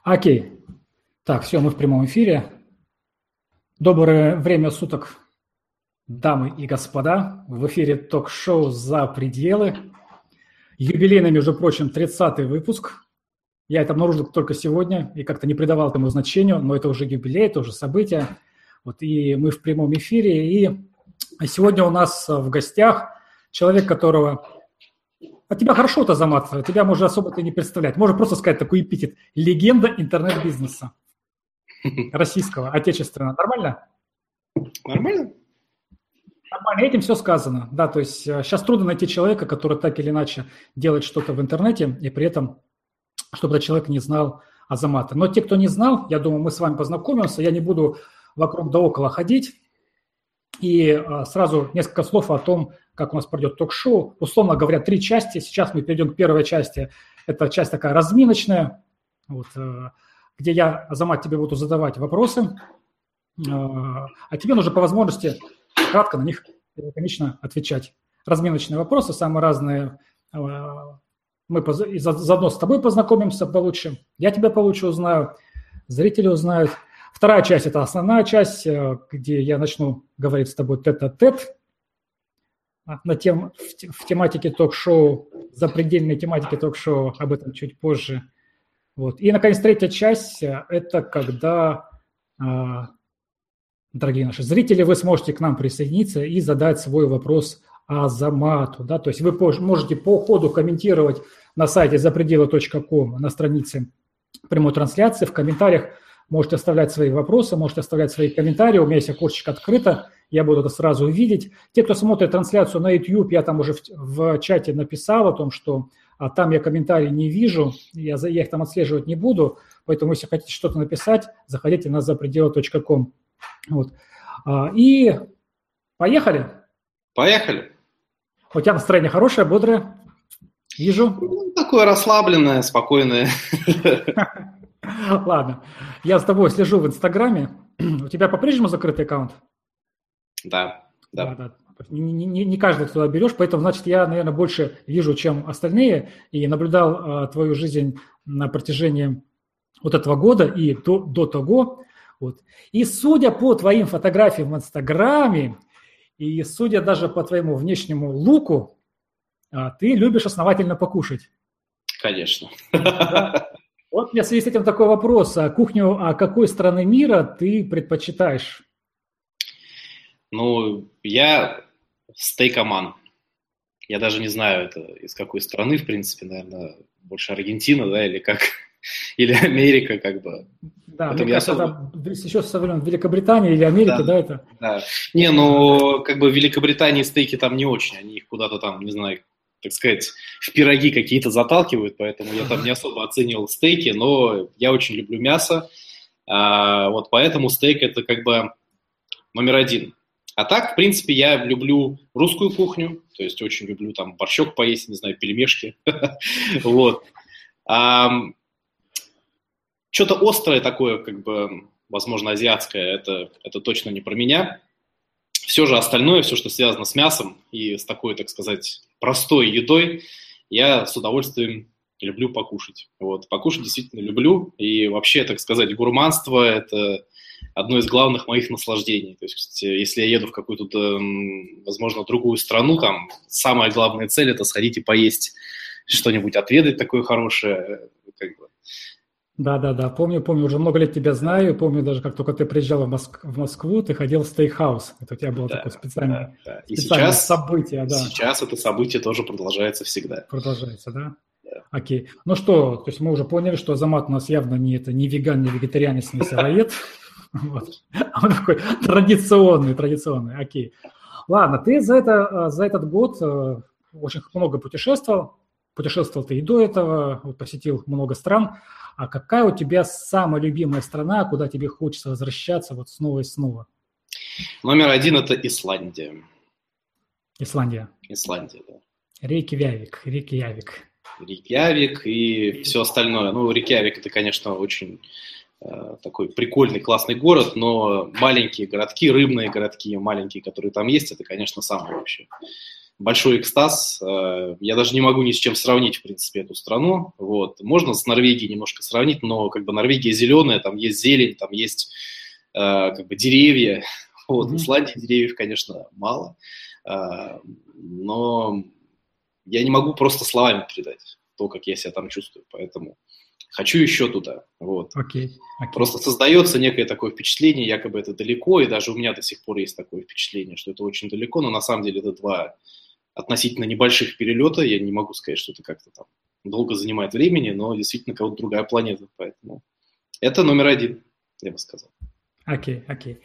Окей. Так, все, мы в прямом эфире. Доброе время суток, дамы и господа. В эфире ток-шоу «За пределы». Юбилейный, между прочим, 30-й выпуск. Я это обнаружил только сегодня и как-то не придавал этому значению, но это уже юбилей, это уже событие. Вот, и мы в прямом эфире. И сегодня у нас в гостях человек, которого... А тебя хорошо, Азамат, тебя можно особо-то не представлять. Можно просто сказать такой эпитет. Легенда интернет-бизнеса. Российского, отечественного. Нормально? Нормально. Нормально, этим все сказано. Да, то есть сейчас трудно найти человека, который так или иначе делает что-то в интернете, и при этом, чтобы этот человек не знал Азамата. Но те, кто не знал, я думаю, мы с вами познакомимся. Я не буду вокруг да около ходить. И сразу несколько слов о том, как у нас пройдет ток-шоу. Условно говоря, 3 части. Сейчас мы перейдем к первой части. Это часть такая разминочная, вот, где я, Азамат, тебе буду задавать вопросы, а тебе нужно по возможности кратко на них, конечно, отвечать. Разминочные вопросы, самые разные. Мы заодно с тобой познакомимся получше, я тебя получше узнаю, зрители узнают. Вторая часть – это основная часть, где я начну говорить с тобой тет-а-тет в тематике ток-шоу, запредельной тематике ток-шоу, об этом чуть позже. Вот. И, наконец, третья часть – это когда, дорогие наши зрители, вы сможете к нам присоединиться и задать свой вопрос Азамату. Да? То есть вы можете по ходу комментировать на сайте запределы.ком, на странице прямой трансляции, в комментариях можете оставлять свои вопросы, можете оставлять свои комментарии. У меня есть окошечко открыто, я буду это сразу видеть. Те, кто смотрит трансляцию на YouTube, я там уже в чате написал о том, что там я комментарии не вижу, я их там отслеживать не буду, поэтому если хотите что-то написать, заходите на запределы.ком. Вот. И поехали. Поехали. У тебя настроение хорошее, бодрое? Вижу. Ну, такое расслабленное, спокойное. Ладно. Я с тобой слежу в Инстаграме. У тебя по-прежнему закрытый аккаунт? Да. Не каждый туда берешь, поэтому, значит, я, наверное, больше вижу, чем остальные, и наблюдал твою жизнь на протяжении вот этого года и до того. Вот. И судя по твоим фотографиям в Инстаграме, и судя даже по твоему внешнему луку, ты любишь основательно покушать. Конечно. Да. Вот у меня в связи с этим такой вопрос. Кухню какой страны мира ты предпочитаешь? Ну, я стейкоман. Я даже не знаю, это из какой страны, в принципе, наверное, больше Аргентина, да, или как, или Америка, как бы. Да, мне кажется, это еще со времен Великобритании или Америки, да, это? Да. Не, ну, как бы в Великобритании стейки там не очень, они их куда-то там, не знаю, так сказать, в пироги какие-то заталкивают, поэтому я там не особо оценивал стейки, но я очень люблю мясо, вот поэтому стейк это как бы номер один. А так, в принципе, я люблю русскую кухню, то есть очень люблю там борщок поесть, не знаю, пельмешки, вот. Что-то острое такое, как бы, возможно, азиатское, это точно не про меня. Все же остальное, все, что связано с мясом и с такой, так сказать, простой едой, я с удовольствием люблю покушать. Вот. Покушать действительно люблю, и вообще, так сказать, гурманство – это одно из главных моих наслаждений. То есть, если я еду в какую-то, возможно, другую страну, там самая главная цель – это сходить и поесть что-нибудь, отведать такое хорошее, как бы. Да, помню, уже много лет тебя знаю, помню даже, как только ты приезжал в Москву, ты ходил в стейкхаус, это у тебя было такое специальное событие. Да. Сейчас это событие тоже продолжается всегда. Продолжается, да? Да. Окей. Ну что, то есть мы уже поняли, что Азамат у нас явно не веган, не вегетарианец, не мясоед, он такой традиционный, окей. Ладно, ты за этот год очень много путешествовал ты и до этого, посетил много стран. А какая у тебя самая любимая страна, куда тебе хочется возвращаться вот снова и снова? Номер один – это Исландия. Исландия, да. Рейкьявик. Рейкьявик и все остальное. Ну, Рейкьявик – это, конечно, очень такой прикольный, классный город, но маленькие городки, рыбные городки, маленькие, которые там есть, это, конечно, самое вообще большой экстаз. Я даже не могу ни с чем сравнить, в принципе, эту страну. Вот. Можно с Норвегией немножко сравнить, но как бы Норвегия зеленая, там есть зелень, там есть как бы деревья. Вот. В Исландии деревьев, конечно, мало. Но я не могу просто словами передать то, как я себя там чувствую. Поэтому хочу еще туда. Вот. Просто создается некое такое впечатление, якобы это далеко, и даже у меня до сих пор есть такое впечатление, что это очень далеко, но на самом деле это два относительно небольших перелета. Я не могу сказать, что это как-то там долго занимает времени, но действительно как-то другая планета. Поэтому это номер один, я бы сказал. Окей.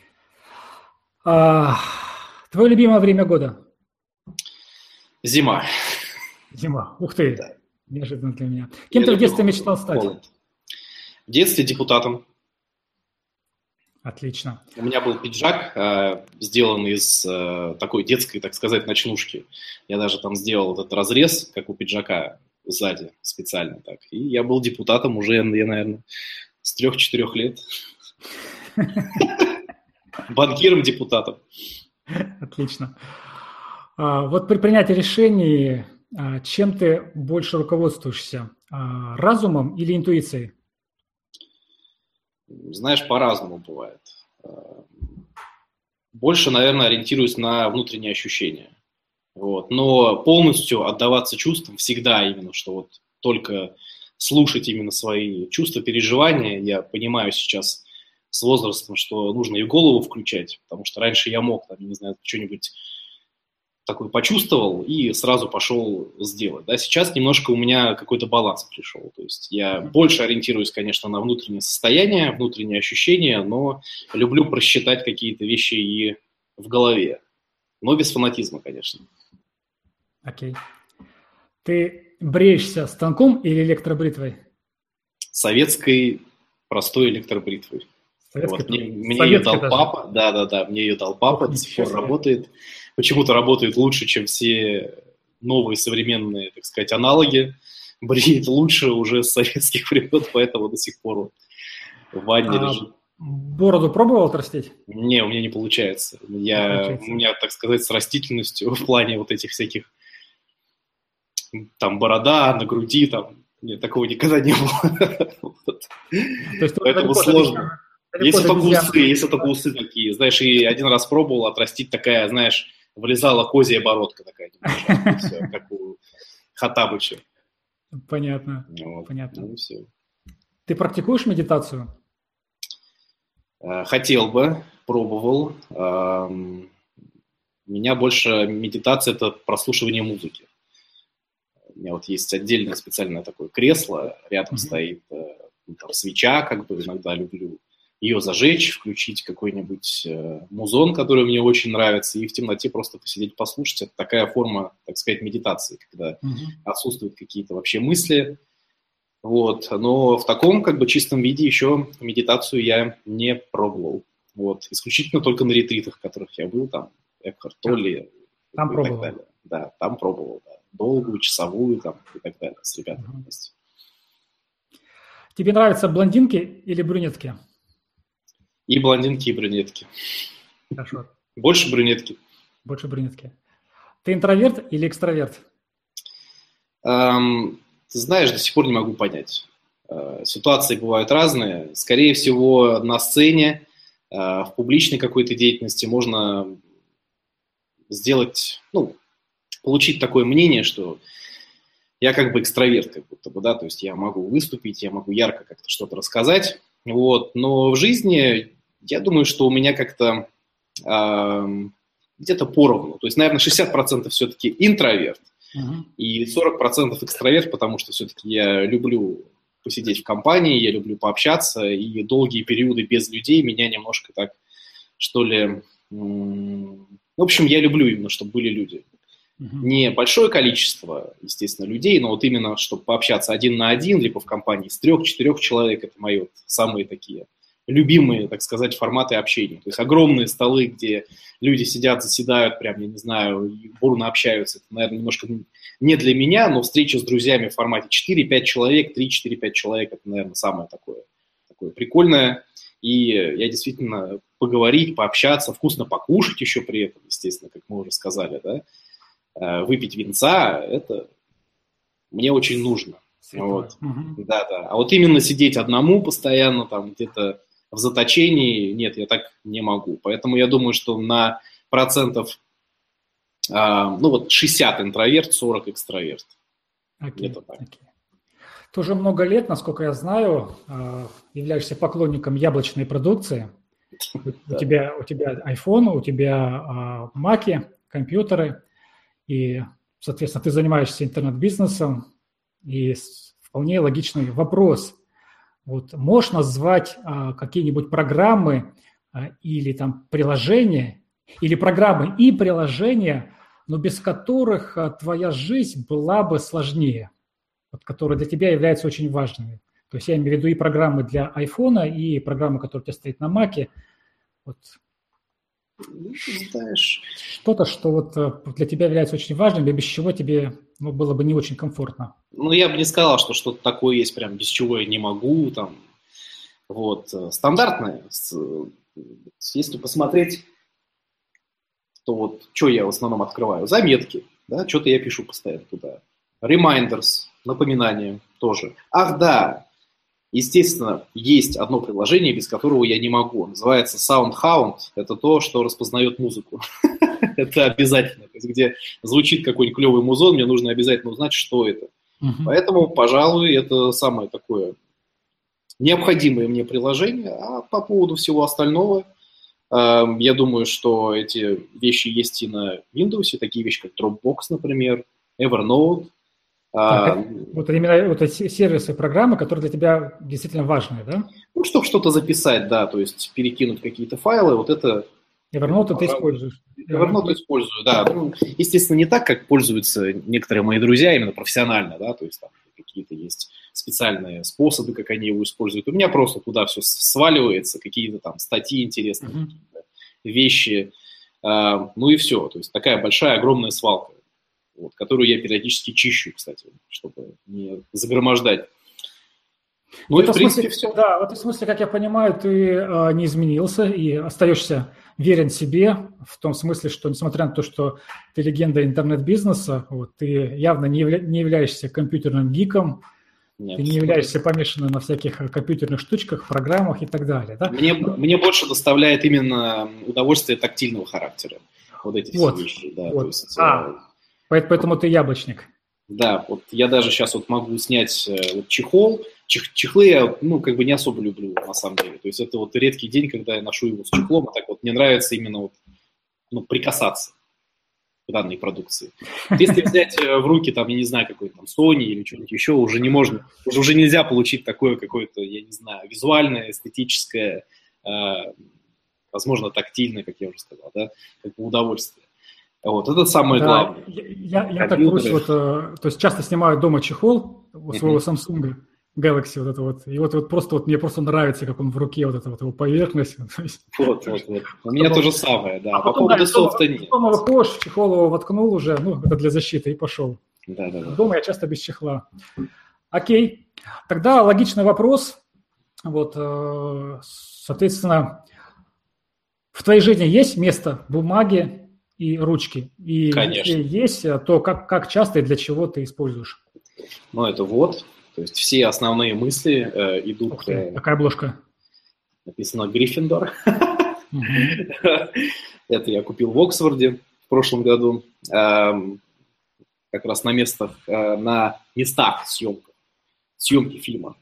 Твое любимое время года? Зима. Зима. Ух ты. Да. Неожиданно для меня. Кем ты в детстве мечтал стать? В детстве депутатом. Отлично. У меня был пиджак, сделанный из такой детской, так сказать, ночнушки. Я даже там сделал этот разрез, как у пиджака, сзади специально так. И я был депутатом уже, я, наверное, с 3-4 лет. Банкиром-депутатом. Отлично. Вот при принятии решений, чем ты больше руководствуешься? Разумом или интуицией? Знаешь, по-разному бывает. Больше, наверное, ориентируюсь на внутренние ощущения. Вот. Но полностью отдаваться чувствам всегда именно, что вот только слушать именно свои чувства, переживания. Я понимаю сейчас с возрастом, что нужно и голову включать, потому что раньше я мог, там, не знаю, что-нибудь такой почувствовал и сразу пошел сделать. Да? Сейчас немножко у меня какой-то баланс пришел. То есть я больше ориентируюсь, конечно, на внутреннее состояние, внутренние ощущения, но люблю просчитать какие-то вещи и в голове. Но без фанатизма, конечно. Окей. Ты бреешься станком или электробритвой? Советской простой электробритвой. Вот. Мне ее дал папа. Да, мне ее дал папа, до сих пор работает. Почему-то работает лучше, чем все новые современные, так сказать, аналоги. Бреет лучше уже с советских времен, поэтому до сих пор в ванне лежит. Бороду пробовал отрастить? Не, у меня не получается. У меня, так сказать, с растительностью в плане вот этих всяких там борода на груди, там, нет, такого никогда не было. Поэтому сложно. Если только усы такие. Знаешь, и один раз пробовал отрастить такая, знаешь, вылезала козья бородка такая, как у Хаттабыча. Понятно. Вот. Понятно. Ну, все. Ты практикуешь медитацию? Хотел бы, пробовал. У меня больше медитация – это прослушивание музыки. У меня вот есть отдельное специальное такое кресло, рядом стоит там, свеча, как бы иногда люблю ее зажечь, включить какой-нибудь музон, который мне очень нравится, и в темноте просто посидеть, послушать. Это такая форма, так сказать, медитации, когда отсутствуют какие-то вообще мысли. Вот. Но в таком как бы чистом виде еще медитацию я не пробовал. Вот. Исключительно только на ретритах, в которых я был, там, Экхарт Толле там и пробовал. так далее. Да, там пробовал, да. Долгую, часовую там, и так далее с ребятами вместе. Тебе нравятся блондинки или брюнетки? И блондинки, и брюнетки. Хорошо. Больше брюнетки. Больше брюнетки. Ты интроверт или экстраверт? Ты знаешь, до сих пор не могу понять. Ситуации бывают разные. Скорее всего, на сцене, в публичной какой-то деятельности можно сделать, получить такое мнение, что я как бы экстраверт, как будто бы, да, то есть я могу выступить, я могу ярко как-то что-то рассказать, вот, но в жизни я думаю, что у меня как-то где-то поровну, то есть, наверное, 60% все-таки интроверт и 40% экстраверт, потому что все-таки я люблю посидеть в компании, я люблю пообщаться, и долгие периоды без людей меня немножко так, что ли, в общем, я люблю именно, чтобы были люди. Не большое количество, естественно, людей, но вот именно, чтобы пообщаться один на один, либо в компании из 3-4 человек, это мои вот самые такие любимые, так сказать, форматы общения. То есть огромные столы, где люди сидят, заседают, прям, я не знаю, и бурно общаются. Это, наверное, немножко не для меня, но встреча с друзьями в формате 4-5 человек, 3-4-5 человек, это, наверное, самое такое прикольное. И я действительно поговорить, пообщаться, вкусно покушать еще при этом, естественно, как мы уже сказали, да. выпить винца, это мне очень нужно. Вот. Да-да. А вот именно сидеть одному постоянно там где-то в заточении, нет, я так не могу. Поэтому я думаю, что на процентов 60 интроверт, 40 экстраверт. Где-то так. Ты уже много лет, насколько я знаю, являешься поклонником яблочной продукции. У тебя iPhone, у тебя Mac, компьютеры, и, соответственно, ты занимаешься интернет-бизнесом, и вполне логичный вопрос. Вот можешь назвать какие-нибудь программы или там приложения, или программы и приложения, но без которых твоя жизнь была бы сложнее, вот, которые для тебя являются очень важными. То есть я имею в виду и программы для iPhone, и программы, которые у тебя стоят на Mac. Вот. Знаешь, что-то, что вот для тебя является очень важным, и без чего тебе было бы не очень комфортно. Ну, я бы не сказал, что что-то такое есть, прям без чего я не могу. Там. Вот. Стандартное. Если посмотреть, то вот что я в основном открываю? Заметки. Да? Что-то я пишу постоянно туда. Reminders, напоминания тоже. Ах, да, естественно, есть одно приложение, без которого я не могу. Называется SoundHound. Это то, что распознает музыку. Это обязательно. То есть, где звучит какой-нибудь клевый музон, мне нужно обязательно узнать, что это. Поэтому, пожалуй, это самое такое необходимое мне приложение. А по поводу всего остального, я думаю, что эти вещи есть и на Windows, такие вещи, как Dropbox, например, Evernote. Вот именно вот эти сервисы, программы, которые для тебя действительно важны, да? Ну, чтобы что-то записать, да, то есть перекинуть какие-то файлы, вот это... Evernote ты используешь? Evernote использую, да. Ну, естественно, не так, как пользуются некоторые мои друзья, именно профессионально, да, то есть там какие-то есть специальные способы, как они его используют. У меня просто туда все сваливается, какие-то там статьи интересные, какие-то вещи, ну и все. То есть такая большая, огромная свалка, вот, которую я периодически чищу, кстати, чтобы не загромождать. Ну и в принципе все. Да, в этом смысле, как я понимаю, ты не изменился и остаешься верен себе, в том смысле, что несмотря на то, что ты легенда интернет-бизнеса, вот, ты явно не являешься компьютерным гиком, нет. Ты не являешься помешанным на всяких компьютерных штучках, программах и так далее. Да? Мне больше доставляет именно удовольствие тактильного характера. Вот эти все вещи. Да, вот. То есть, поэтому ты яблочник. Да, вот я даже сейчас вот могу снять вот чехол. Чехлы я, как бы не особо люблю, на самом деле. То есть это вот редкий день, когда я ношу его с чехлом, а так вот мне нравится именно вот, прикасаться к данной продукции. Если взять в руки, там, я не знаю, какой-то там Sony или что-нибудь еще, уже не можно, уже нельзя получить такое какое-то, я не знаю, визуальное, эстетическое, возможно, тактильное, как я уже сказал, да, как бы удовольствие. Вот, это самое главное. Я так врусь, вот, то есть часто снимаю дома чехол у своего Samsung Galaxy, вот это вот, и вот просто вот мне просто нравится, как он в руке, вот эта вот его поверхность. Вот. У меня то же самое, да. По поводу софта нет. Дома выходишь, чехол его воткнул уже, это для защиты, и пошел. Да. Дома я часто без чехла. Окей. Тогда логичный вопрос. Вот, соответственно, в твоей жизни есть место бумаги и ручки? И конечно. Если есть, то как часто и для чего ты используешь? Ну, это вот. То есть все основные мысли идут... Ух ты, какая обложка? Написано «Гриффиндор». Это я купил в Оксфорде в прошлом году. Как раз на местах съемки фильма.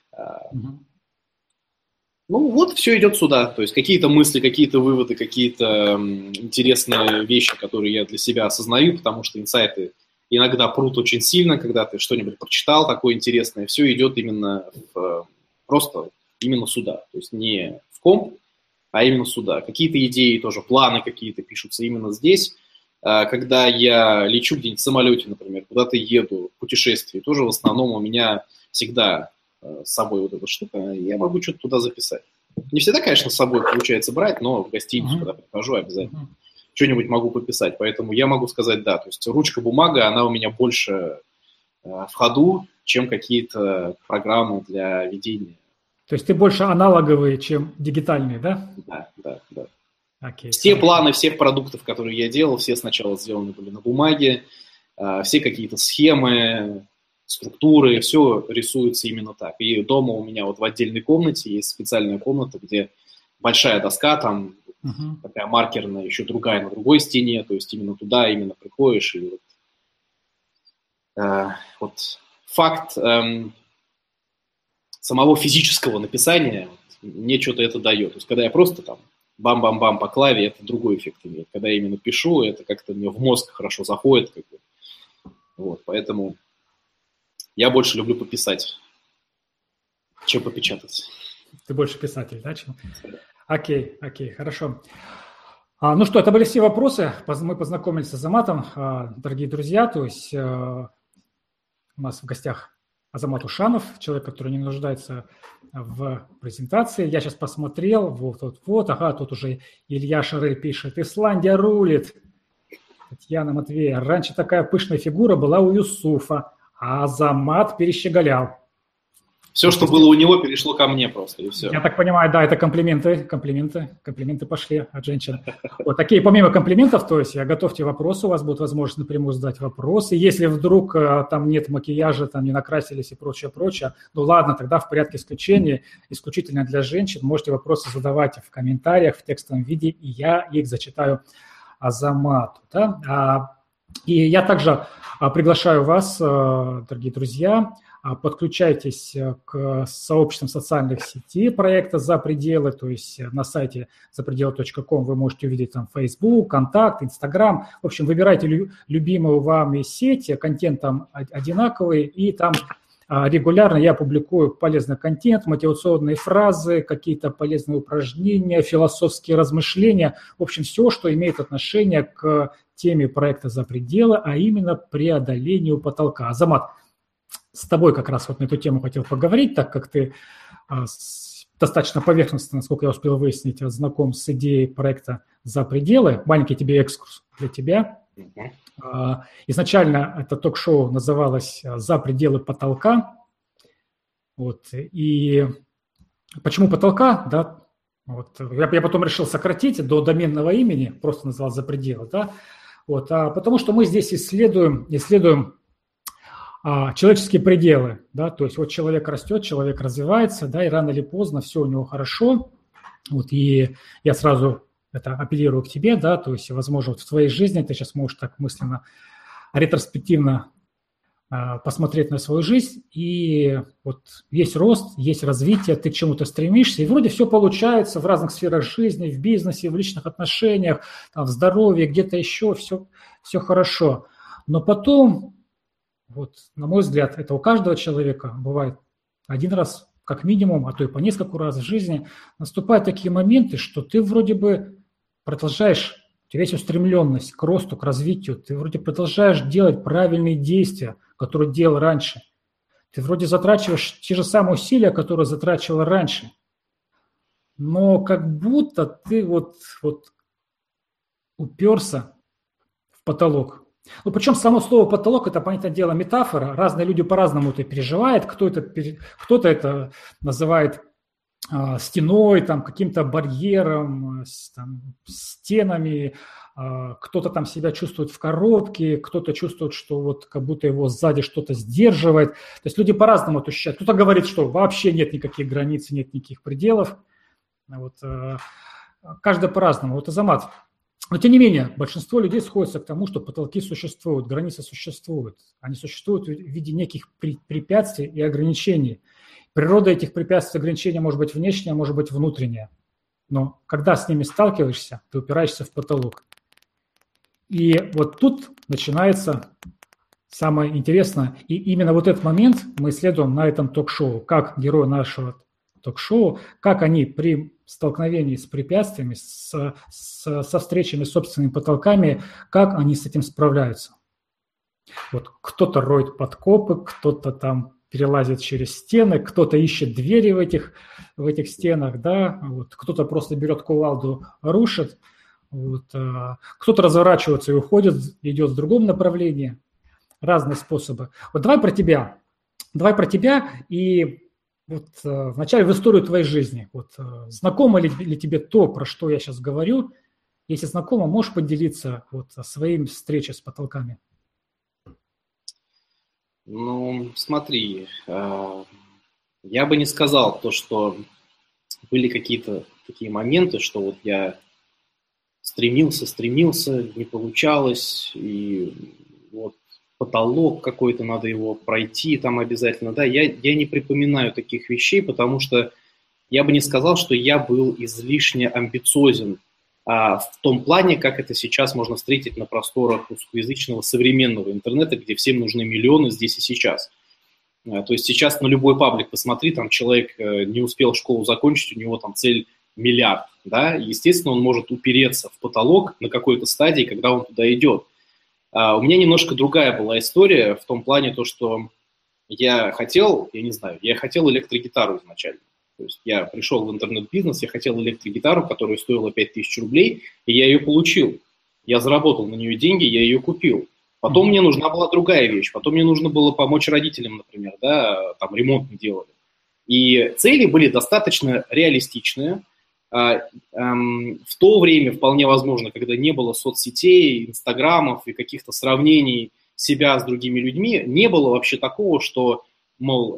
Ну вот, все идет сюда. То есть какие-то мысли, какие-то выводы, какие-то интересные вещи, которые я для себя осознаю, потому что инсайты иногда прут очень сильно, когда ты что-нибудь прочитал такое интересное. Все идет именно просто именно сюда. То есть не в комп, а именно сюда. Какие-то идеи тоже, планы какие-то пишутся именно здесь. Когда я лечу где-нибудь в самолете, например, куда-то еду в путешествие, тоже в основном у меня всегда с собой вот эта штука, я могу что-то туда записать. Не всегда, конечно, с собой получается брать, но в гостиницу, когда прихожу, обязательно что-нибудь могу пописать. Поэтому я могу сказать, да, то есть ручка-бумага, она у меня больше в ходу, чем какие-то программы для ведения. То есть ты больше аналоговый, чем дигитальный, да? Да. Все планы всех продуктов, которые я делал, все сначала сделаны были на бумаге, все какие-то схемы, структуры, все рисуется именно так. И дома у меня вот в отдельной комнате есть специальная комната, где большая доска, там такая маркерная, еще другая на другой стене, то есть именно туда именно приходишь. И вот факт самого физического написания мне что-то это дает. То есть когда я просто там бам-бам-бам по клаве, это другой эффект имеет. Когда я именно пишу, это как-то мне в мозг хорошо заходит. Как бы. Вот, поэтому я больше люблю пописать, чем попечатать. Ты больше писатель, да? Чем? Окей, хорошо. Ну что, это были все вопросы. Мы познакомились с Азаматом, дорогие друзья. То есть у нас в гостях Азамат Ушанов, человек, который не нуждается в презентации. Я сейчас посмотрел, тут уже Илья Шарель пишет: «Исландия рулит». Татьяна Матвея: «Раньше такая пышная фигура была у Юсуфа, а Азамат перещеголял». Все, что было у него, перешло ко мне просто, и все. Я так понимаю, да, это комплименты пошли от женщин. Вот такие, помимо комплиментов, то есть готовьте вопросы, у вас будет возможность напрямую задать вопросы. Если вдруг там нет макияжа, там не накрасились и прочее, ну ладно, тогда в порядке исключения, исключительно для женщин, можете вопросы задавать в комментариях, в текстовом виде, и я их зачитаю Азамату. Да? И я также приглашаю вас, дорогие друзья, подключайтесь к сообществам социальных сетей проекта «За пределы», то есть на сайте запределы.ком вы можете увидеть там Facebook, Контакт, Instagram. В общем, выбирайте любимую вам сеть, контент там одинаковый, и там регулярно я публикую полезный контент, мотивационные фразы, какие-то полезные упражнения, философские размышления. В общем, все, что имеет отношение к теме проекта «За пределы», а именно преодолению потолка. Азамат, с тобой как раз вот на эту тему хотел поговорить, так как ты достаточно поверхностно, насколько я успел выяснить, знаком с идеей проекта «За пределы». Маленький тебе экскурс для тебя. Изначально это ток-шоу называлось «За пределы потолка». Вот. И почему потолка? Да? Вот. Я потом решил сократить до доменного имени, просто назвал «За пределы». Да? Вот. Потому что мы здесь исследуем человеческие пределы, да, то есть вот человек растет, человек развивается, да, и рано или поздно все у него хорошо, вот, и я сразу это апеллирую к тебе, да, то есть, возможно, вот в твоей жизни ты сейчас можешь так мысленно, ретроспективно посмотреть на свою жизнь, и вот есть рост, есть развитие, ты к чему-то стремишься, и вроде все получается в разных сферах жизни, в бизнесе, в личных отношениях, там, в здоровье, где-то еще, все хорошо, но потом... Вот, на мой взгляд, это у каждого человека бывает один раз, как минимум, а то и по нескольку раз в жизни, наступают такие моменты, что ты вроде бы продолжаешь, у тебя есть устремленность к росту, к развитию, ты вроде продолжаешь делать правильные действия, которые делал раньше. Ты вроде затрачиваешь те же самые усилия, которые затрачивал раньше, но как будто ты вот уперся в потолок. Ну, причем само слово «потолок» – это, понятное дело, метафора. Разные люди по-разному это переживают. Кто-то это называет стеной, там, каким-то барьером, там, стенами. Кто-то там себя чувствует в коробке, кто-то чувствует, что вот как будто его сзади что-то сдерживает. То есть люди по-разному это ощущают. Кто-то говорит, что вообще нет никаких границ, нет никаких пределов. Вот, каждый по-разному. Вот, Азамат, но, тем не менее, большинство людей сходятся к тому, что потолки существуют, границы существуют. Они существуют в виде неких препятствий и ограничений. Природа этих препятствий и ограничений может быть внешняя, может быть внутренняя. Но когда с ними сталкиваешься, ты упираешься в потолок. И вот тут начинается самое интересное. И именно вот этот момент мы исследуем на этом ток-шоу. Как герои нашего ток-шоу, как они при столкновении с препятствиями, со встречами с собственными потолками, как они с этим справляются. Вот кто-то роет подкопы, кто-то там перелазит через стены, кто-то ищет двери в этих стенах, да, вот, кто-то просто берет кувалду, рушит, вот, кто-то разворачивается и уходит, идет в другом направлении. Разные способы. Вот давай про тебя и вот вначале в историю твоей жизни. Вот, знакомо ли тебе то, про что я сейчас говорю, Если знакомо, можешь поделиться вот своими встречами с потолками? Ну, смотри, я бы не сказал то, что были какие-то такие моменты, что вот я стремился, не получалось, и вот потолок какой-то, надо его пройти там обязательно. Да, я не припоминаю таких вещей, потому что я бы не сказал, что я был излишне амбициозен в том плане, как это сейчас можно встретить на просторах русскоязычного современного интернета, где всем нужны миллионы здесь и сейчас. То есть сейчас на любой паблик посмотри, там человек не успел школу закончить, у него там цель миллиард, да, и, естественно, он может упереться в потолок на какой-то стадии, когда он туда идет. У меня немножко другая была история в том плане, то, что я хотел электрогитару изначально. То есть я пришел в интернет-бизнес, я хотел электрогитару, которая стоила 5000 рублей, и я ее получил. Я заработал на нее деньги, я ее купил. Потом мне нужна была другая вещь. Потом мне нужно было помочь родителям, например, да, там ремонт мы делали. И цели были достаточно реалистичные. В то время, вполне возможно, когда не было соцсетей, инстаграмов и каких-то сравнений себя с другими людьми, не было вообще такого, что, мол,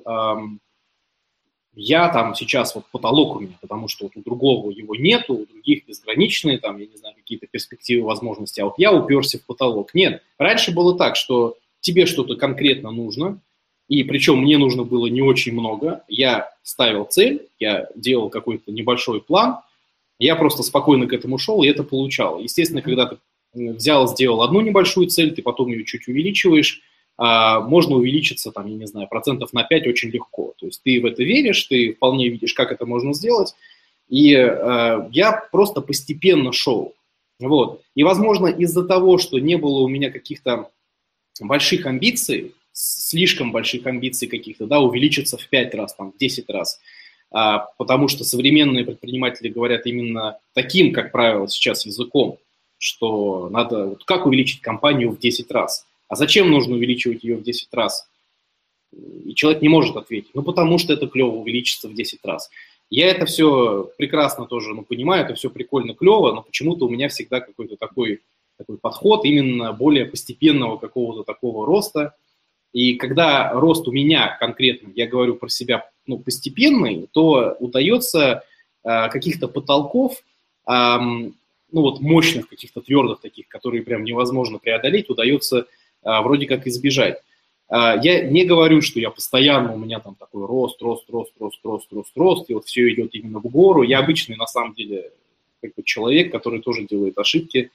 я там сейчас вот потолок у меня, потому что вот у другого его нету, у других безграничные, там, я не знаю, какие-то перспективы, возможности, а вот я уперся в потолок. Нет, раньше было так, что тебе что-то конкретно нужно, и причем мне нужно было не очень много, я ставил цель, я делал какой-то небольшой план, я просто спокойно к этому шел, и это получал. Естественно, когда ты взял, сделал одну небольшую цель, ты потом ее чуть увеличиваешь, можно увеличиться, там, я не знаю, 5% очень легко. То есть ты в это веришь, ты вполне видишь, как это можно сделать. И я просто постепенно шел. Вот. И, возможно, из-за того, что не было у меня каких-то больших амбиций, слишком больших амбиций каких-то, да, увеличиться в 5 раз, там, в 10 раз, потому что современные предприниматели говорят именно таким, как правило, сейчас языком, что надо, вот как увеличить компанию в 10 раз. А зачем нужно увеличивать ее в 10 раз? И человек не может ответить. Ну, потому что это клево увеличиться в 10 раз. Я это все прекрасно тоже понимаю, это все прикольно, клево, но почему-то у меня всегда какой-то такой подход именно более постепенного какого-то такого роста. И когда рост у меня конкретно, я говорю про себя, постепенный, то удается каких-то потолков, мощных, каких-то твердых таких, которые прям невозможно преодолеть, удается вроде как избежать. Я не говорю, что я постоянно, у меня там такой рост, и вот все идет именно в гору. Я обычный, на самом деле, человек, который тоже делает ошибки.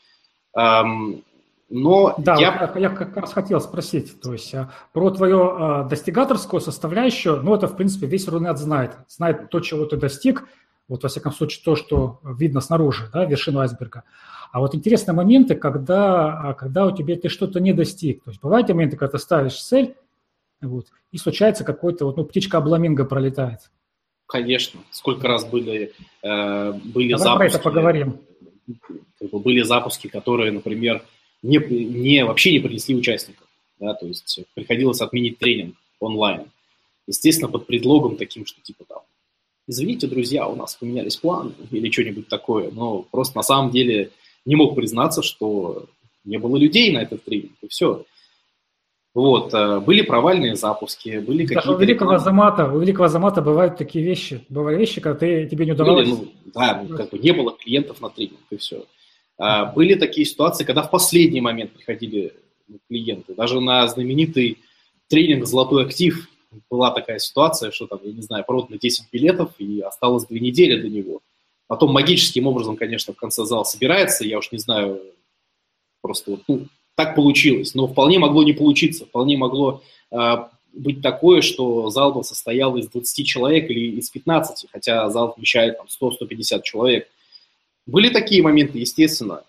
Но да, я как раз хотел спросить, то есть про твою достигаторскую составляющую, это, в принципе, весь Рунет знает то, чего ты достиг, вот, во всяком случае, то, что видно снаружи, да, вершину айсберга. А вот интересные моменты, когда у тебя ты что-то не достиг. То есть бывают моменты, когда ты ставишь цель, вот, и случается какой-то, птичка-обламинго пролетает. Конечно. Сколько раз были Давай запуски. Про это поговорим. Были запуски, которые, например, вообще не принесли участников. Да, то есть приходилось отменить тренинг онлайн. Естественно, под предлогом таким, что типа там, извините, друзья, у нас поменялись планы или что-нибудь такое. Но просто на самом деле не мог признаться, что не было людей на этот тренинг, и все. Вот, были провальные запуски, были какие-то... У великого Азамата бывают такие вещи. Бывают вещи, когда тебе не удавалось... не было клиентов на тренинг, и все. Были такие ситуации, когда в последний момент приходили клиенты. Даже на знаменитый тренинг «Золотой актив» была такая ситуация, что там, я не знаю, продано 10 билетов, и осталось 2 недели до него. Потом магическим образом, конечно, в конце зал собирается, я уж не знаю, просто так получилось. Но вполне могло не получиться, вполне могло быть такое, что зал бы состоял из 20 человек или из 15, хотя зал вмещает там 100-150 человек. Были такие моменты, естественно,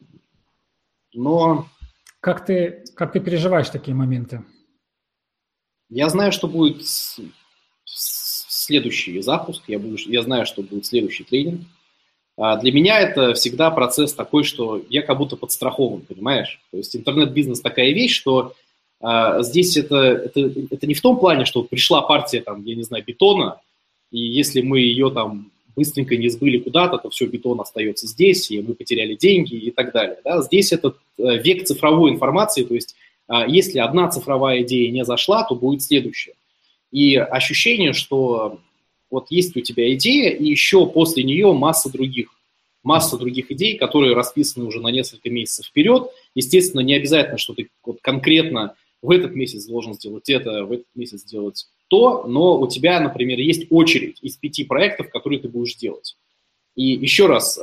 но... Как ты переживаешь такие моменты? Я знаю, что будет следующий запуск, я знаю, что будет следующий тренинг. Для меня это всегда процесс такой, что я как будто подстрахован, понимаешь? То есть интернет-бизнес такая вещь, что здесь это не в том плане, что пришла партия, там, я не знаю, бетона, и если мы ее там быстренько не сбыли куда-то, то все, бетон остается здесь, и мы потеряли деньги и так далее. Да? Здесь это век цифровой информации, то есть если одна цифровая идея не зашла, то будет следующая. И ощущение, что вот есть у тебя идея, и еще после нее масса других идей, которые расписаны уже на несколько месяцев вперед. Естественно, не обязательно, что ты вот конкретно в этот месяц должен сделать это, в этот месяц сделать то, но у тебя, например, есть очередь из 5 проектов, которые ты будешь делать. И еще раз,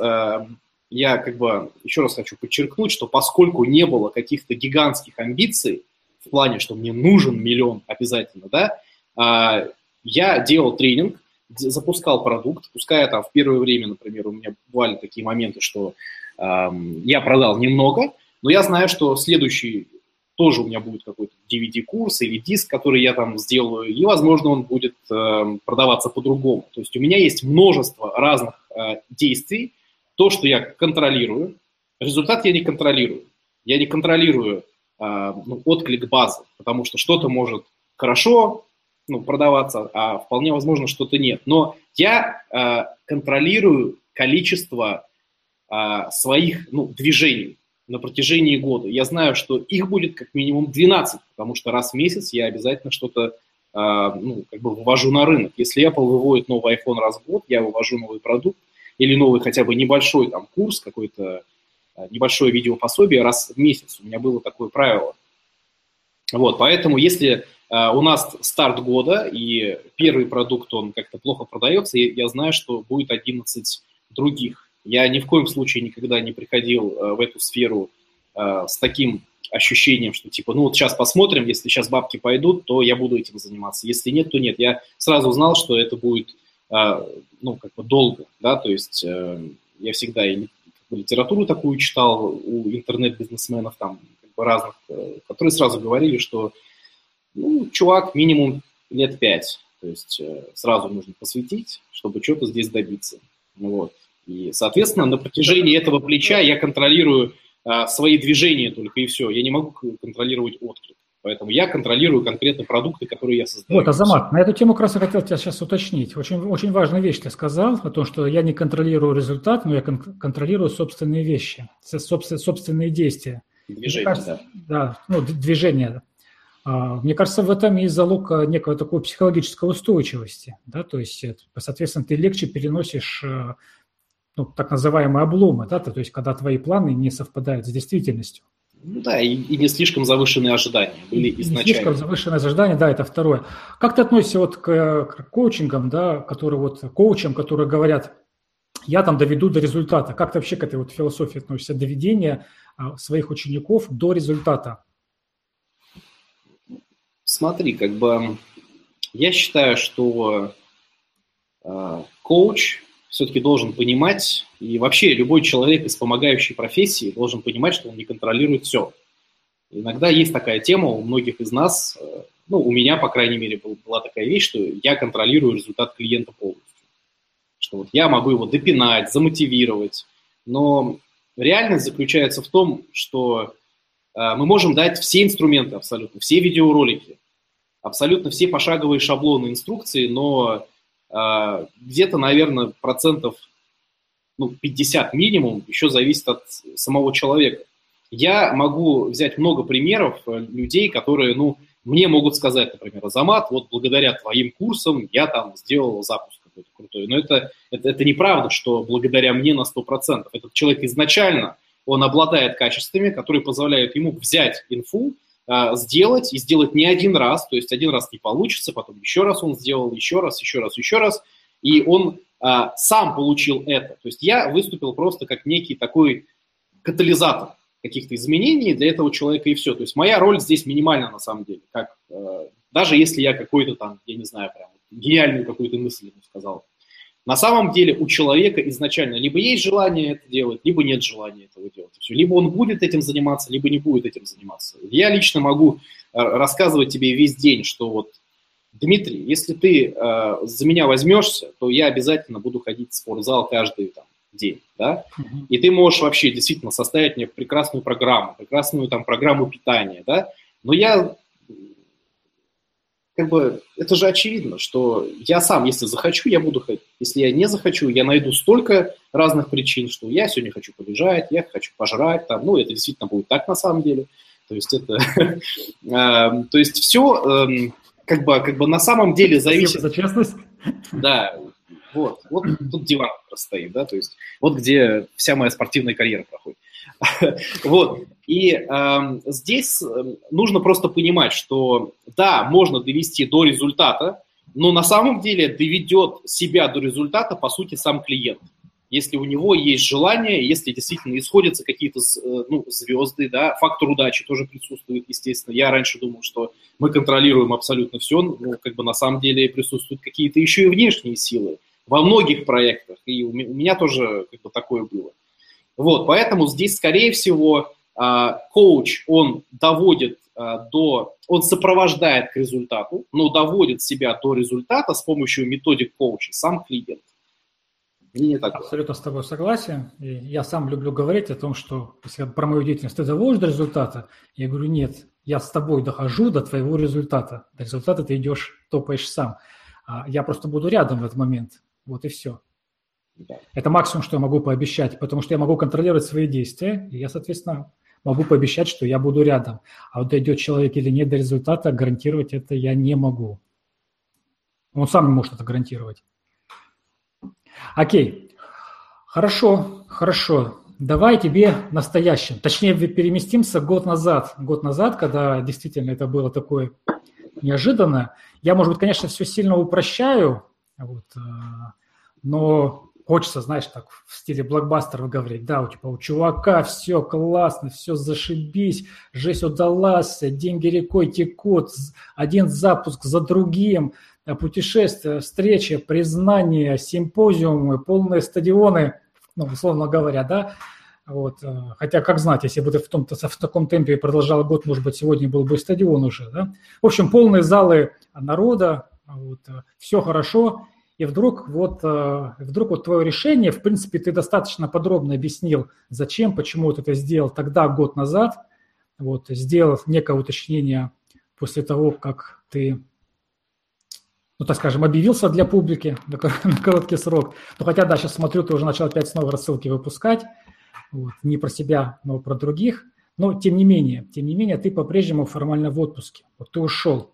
еще раз хочу подчеркнуть, что поскольку не было каких-то гигантских амбиций в плане, что мне нужен миллион обязательно, да, я делал тренинг, запускал продукт, пускай там в первое время, например, у меня бывали такие моменты, что я продал немного, но я знаю, что следующий тоже у меня будет какой-то DVD-курс или диск, который я там сделаю, и, возможно, он будет продаваться по-другому. То есть у меня есть множество разных действий, то, что я контролирую, результат я не контролирую. Я не контролирую отклик базы, потому что что-то может хорошо продаваться, а вполне возможно, что-то нет. Но я контролирую количество своих движений на протяжении года. Я знаю, что их будет как минимум 12, потому что раз в месяц я обязательно что-то вывожу на рынок. Если Apple выводит новый iPhone раз в год, я вывожу новый продукт или новый хотя бы небольшой там курс, какой-то небольшое видеопособие раз в месяц. У меня было такое правило. Вот, поэтому если у нас старт года и первый продукт, он как-то плохо продается, я знаю, что будет 11 других. Я ни в коем случае никогда не приходил в эту сферу с таким ощущением, что типа, вот сейчас посмотрим, если сейчас бабки пойдут, то я буду этим заниматься. Если нет, то нет. Я сразу знал, что это будет, долго, да, то есть я всегда литературу такую читал у интернет-бизнесменов там разных, которые сразу говорили, что, чувак, минимум лет 5, то есть сразу нужно посвятить, чтобы что-то здесь добиться. Вот. И, соответственно, на протяжении этого плеча я контролирую свои движения только и все. Я не могу контролировать отклик. Поэтому я контролирую конкретно продукты, которые я создаю. Вот, Азамат, на эту тему как раз я хотел тебя сейчас уточнить. Очень, очень важную вещь ты сказал о том, что я не контролирую результат, но я контролирую собственные вещи, собственные действия. Движение, кажется, да. Движение. Мне кажется, в этом и залог некой такой психологической устойчивости. Да? То есть, соответственно, ты легче переносишь так называемые обломы, да? То есть, когда твои планы не совпадают с действительностью. И не слишком завышенные ожидания были изначально. Не слишком завышенные ожидания, да, это второе. Как ты относишься к коучингам, да, коучам, которые говорят, я там доведу до результата? Как ты вообще к этой философии относишься, доведения своих учеников до результата? Смотри, я считаю, что коуч все-таки должен понимать, и вообще любой человек из помогающей профессии должен понимать, что он не контролирует все. Иногда есть такая тема у многих из нас, у меня, по крайней мере, была такая вещь, что я контролирую результат клиента полностью. Что я могу его допинать, замотивировать, но реальность заключается в том, что мы можем дать все инструменты абсолютно, все видеоролики, абсолютно все пошаговые шаблоны, инструкции, но где-то, наверное, процентов 50 минимум еще зависит от самого человека. Я могу взять много примеров людей, которые, мне могут сказать, например, Азамат, вот благодаря твоим курсам я там сделал запуск какой-то крутой. Но это неправда, что благодаря мне на 100%. Этот человек изначально, он обладает качествами, которые позволяют ему взять инфу, сделать, и сделать не один раз, то есть один раз не получится, потом еще раз он сделал, еще раз, и он сам получил это. То есть я выступил просто как некий такой катализатор каких-то изменений для этого человека, и все. То есть моя роль здесь минимальна на самом деле, даже если я какой-то там, я не знаю, прям гениальную какую-то мысль ему сказал. На самом деле у человека изначально либо есть желание это делать, либо нет желания этого делать. Все. Либо он будет этим заниматься, либо не будет этим заниматься. Я лично могу рассказывать тебе весь день, что Дмитрий, если ты за меня возьмешься, то я обязательно буду ходить в спортзал каждый день. Да? И ты можешь вообще действительно составить мне прекрасную программу питания. Да? Но я как бы это же очевидно, что я сам, если захочу, я буду ходить. Если я не захочу, я найду столько разных причин, что я сегодня хочу побежать, я хочу пожрать, там, ну, это действительно будет так на самом деле. То есть это, то есть все как бы на самом деле зависит. Спасибо за честность. Да, вот тут диван стоит, да, то есть вот где вся моя спортивная карьера проходит. Вот, и здесь нужно просто понимать, что да, можно довести до результата, но на самом деле доведет себя до результата, по сути, сам клиент. Если у него есть желание, если действительно исходятся какие-то звезды, да, фактор удачи тоже присутствует, естественно. Я раньше думал, что мы контролируем абсолютно все, но как бы на самом деле присутствуют какие-то еще и внешние силы во многих проектах, и у меня тоже как бы такое было. Вот, поэтому здесь, скорее всего, коуч, он доводит он сопровождает к результату, но доводит себя до результата с помощью методик коуча сам клиент. Абсолютно с тобой согласен. И я сам люблю говорить о том, что если про мою деятельность ты доводишь до результата, я говорю, нет, я с тобой дохожу до твоего результата. До результата ты идешь, топаешь сам. Я просто буду рядом в этот момент. Вот и все. Да. Это максимум, что я могу пообещать, потому что я могу контролировать свои действия, и я, соответственно, могу пообещать, что я буду рядом. А вот дойдет человек или нет до результата, гарантировать это я не могу. Он сам не может это гарантировать. Окей. Хорошо. Давай тебе настоящим. Точнее, переместимся год назад. Год назад, когда действительно это было такое неожиданно. Я, может быть, конечно, все сильно упрощаю, вот, но хочется, знаешь, так в стиле блокбастеров говорить. Да, у чувака все классно, все зашибись, жизнь удалась, деньги рекой текут, один запуск за другим, путешествия, встречи, признания, симпозиумы, полные стадионы, ну, условно говоря, да. Вот. Хотя, как знать, если бы ты в таком темпе продолжал год, может быть, сегодня был бы стадион уже, да. В общем, полные залы народа, вот, все хорошо. И вдруг твое решение, в принципе, ты достаточно подробно объяснил, зачем, почему ты это сделал тогда, год назад, вот, сделал некое уточнение после того, как ты, ну, так скажем, объявился для публики на короткий срок. Ну, хотя, да, сейчас смотрю, ты уже начал опять снова рассылки выпускать, вот, не про себя, но про других. Но, тем не менее, ты по-прежнему формально в отпуске. Вот ты ушел.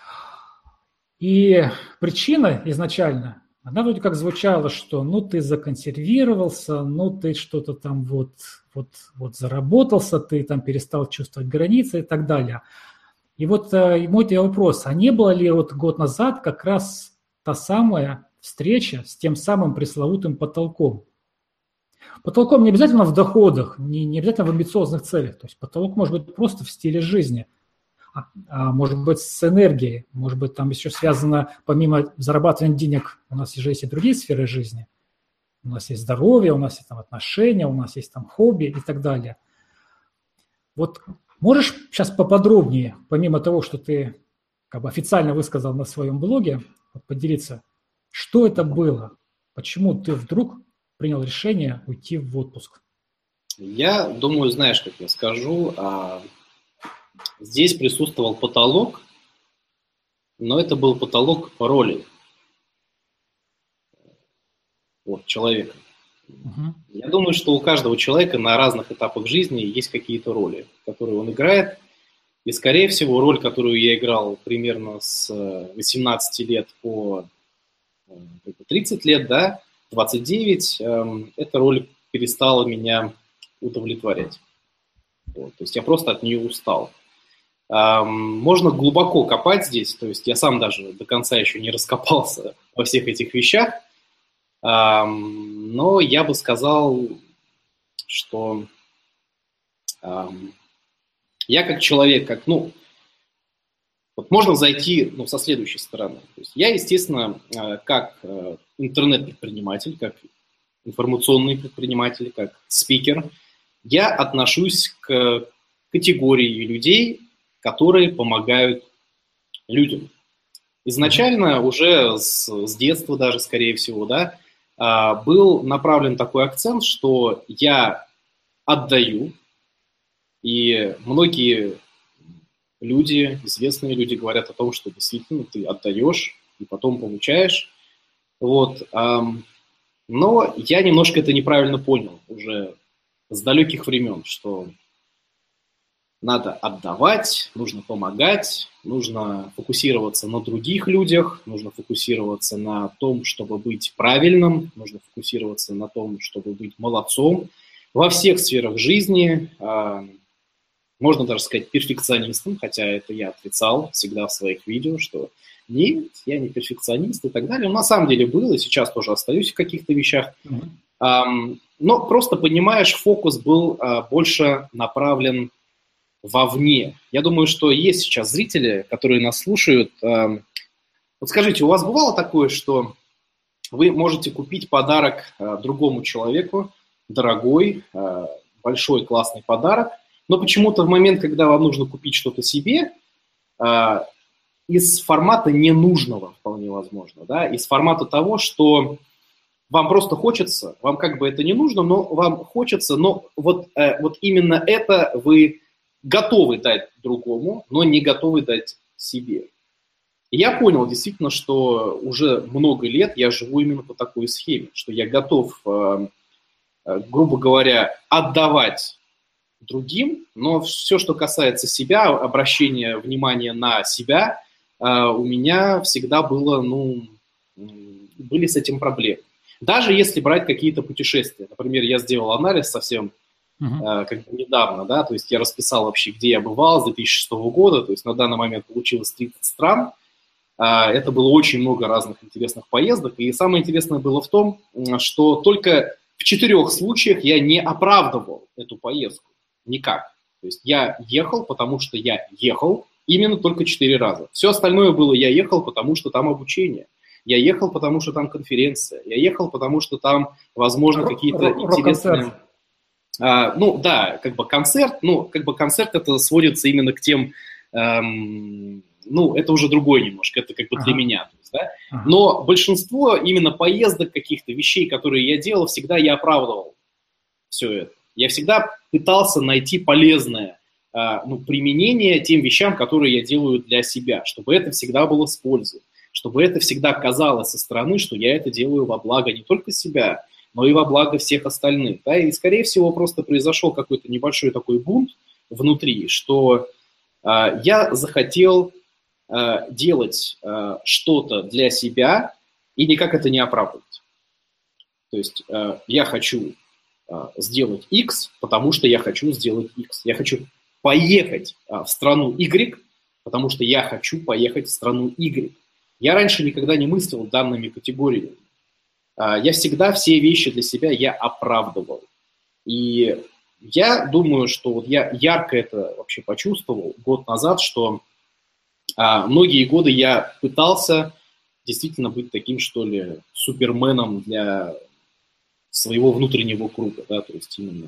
И причина изначально, она вроде как звучала, что ну ты законсервировался, ну ты что-то там вот заработался, ты там перестал чувствовать границы и так далее. И вот мой тебе вопрос, а не было ли вот год назад как раз та самая встреча с тем самым пресловутым потолком? Потолком не обязательно в доходах, не обязательно в амбициозных целях, то есть потолок может быть просто в стиле жизни. А может быть, с энергией, может быть, там еще связано, помимо зарабатывания денег, у нас же есть и другие сферы жизни. У нас есть здоровье, у нас есть там отношения, у нас есть там хобби и так далее. Вот можешь сейчас поподробнее, помимо того, что ты как бы официально высказал на своем блоге, вот поделиться, что это было, почему ты вдруг принял решение уйти в отпуск? Я думаю, знаешь, как я скажу, здесь присутствовал потолок, но это был потолок роли человека. Я думаю, что у каждого человека на разных этапах жизни есть какие-то роли, которые он играет. И, скорее всего, роль, которую я играл примерно с 18 лет по 30 лет, да, 29, эта роль перестала меня удовлетворять. Вот, то есть я просто от нее устал. Можно глубоко копать здесь, то есть я сам даже до конца еще не раскопался во всех этих вещах, но я бы сказал, что я как человек, вот можно зайти со следующей стороны. То есть я, естественно, как интернет-предприниматель, как информационный предприниматель, как спикер, я отношусь к категории людей, которые помогают людям. Изначально уже с детства даже, скорее всего, да, был направлен такой акцент, что я отдаю, и многие люди, известные люди говорят о том, что действительно ты отдаешь и потом получаешь. Вот. Но я немножко это неправильно понял уже с далеких времен, что надо отдавать, нужно помогать, нужно фокусироваться на других людях, нужно фокусироваться на том, чтобы быть правильным, нужно фокусироваться на том, чтобы быть молодцом во всех сферах жизни. Можно даже сказать перфекционистом, хотя это я отрицал всегда в своих видео, что нет, я не перфекционист и так далее. Но на самом деле было, и сейчас тоже остаюсь в каких-то вещах. Но просто, понимаешь, фокус был больше направлен вовне. Я думаю, что есть сейчас зрители, которые нас слушают. Вот скажите, у вас бывало такое, что вы можете купить подарок другому человеку, дорогой, большой, классный подарок, но почему-то в момент, когда вам нужно купить что-то себе, из формата ненужного, вполне возможно, да, из формата того, что вам просто хочется, вам как бы это не нужно, но вам хочется, но вот именно это вы готовы дать другому, но не готовы дать себе. И я понял действительно, что уже много лет я живу именно по такой схеме, что я готов, грубо говоря, отдавать другим, но все, что касается себя, обращения внимания на себя, у меня всегда было, были с этим проблемы. Даже если брать какие-то путешествия. Например, я сделал анализ совсем как бы недавно, да, то есть я расписал вообще, где я бывал с 2006 года, то есть на данный момент получилось 30 стран. Это было очень много разных интересных поездок, и самое интересное было в том, что только в 4 случаях я не оправдывал эту поездку. Никак. То есть я ехал, потому что я ехал именно только 4 раза. Все остальное было я ехал, потому что там обучение. Я ехал, потому что там конференция. Я ехал, потому что там, возможно, какие-то интересные... как бы концерт. Концерт это сводится именно к тем... это уже другой немножко. Это как бы для меня. То есть, да? Но большинство именно поездок, каких-то вещей, которые я делал, всегда я оправдывал все это. Я всегда пытался найти полезное применение тем вещам, которые я делаю для себя, чтобы это всегда было с пользой, чтобы это всегда казалось со стороны, что я это делаю во благо не только себя, но и во благо всех остальных. Да? И, скорее всего, просто произошел какой-то небольшой такой бунт внутри, что я захотел делать что-то для себя и никак это не оправдывать. То есть я хочу сделать X, потому что я хочу сделать X. Я хочу поехать в страну Y, потому что я хочу поехать в страну Y. Я раньше никогда не мыслил данными категориями. Я всегда все вещи для себя я оправдывал. И я думаю, что вот я ярко это вообще почувствовал год назад, что многие годы я пытался действительно быть таким, что ли, суперменом для своего внутреннего круга, да, то есть именно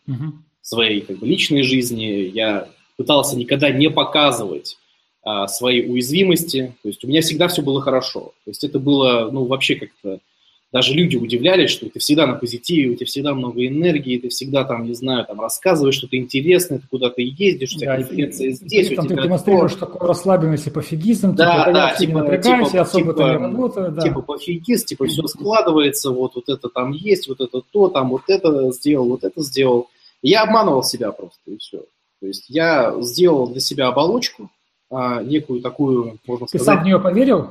своей как бы личной жизни. Я пытался никогда не показывать свои уязвимости, то есть у меня всегда все было хорошо. То есть это было, вообще как-то, даже люди удивлялись, что ты всегда на позитиве, у тебя всегда много энергии, ты всегда рассказываешь что-то интересное, ты куда-то ездишь, у тебя конференция здесь, у тебя... Ты демонстрируешь такую расслабленность и пофигизм, не напрягаюсь, я особо-то не работаю. Да. Пофигист, все складывается, вот это там есть, вот это то, там вот это сделал. Я обманывал себя просто, и все. То есть я сделал для себя оболочку, некую такую, можно сказать... Ты сам в нее поверил?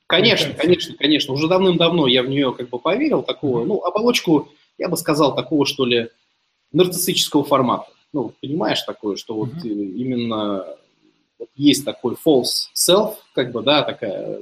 Конечно. Уже давным-давно я в нее как бы поверил, такого, оболочку, я бы сказал, такого, что ли, нарциссического формата. Понимаешь такое, что вот именно вот есть такой false self, как бы, да, такая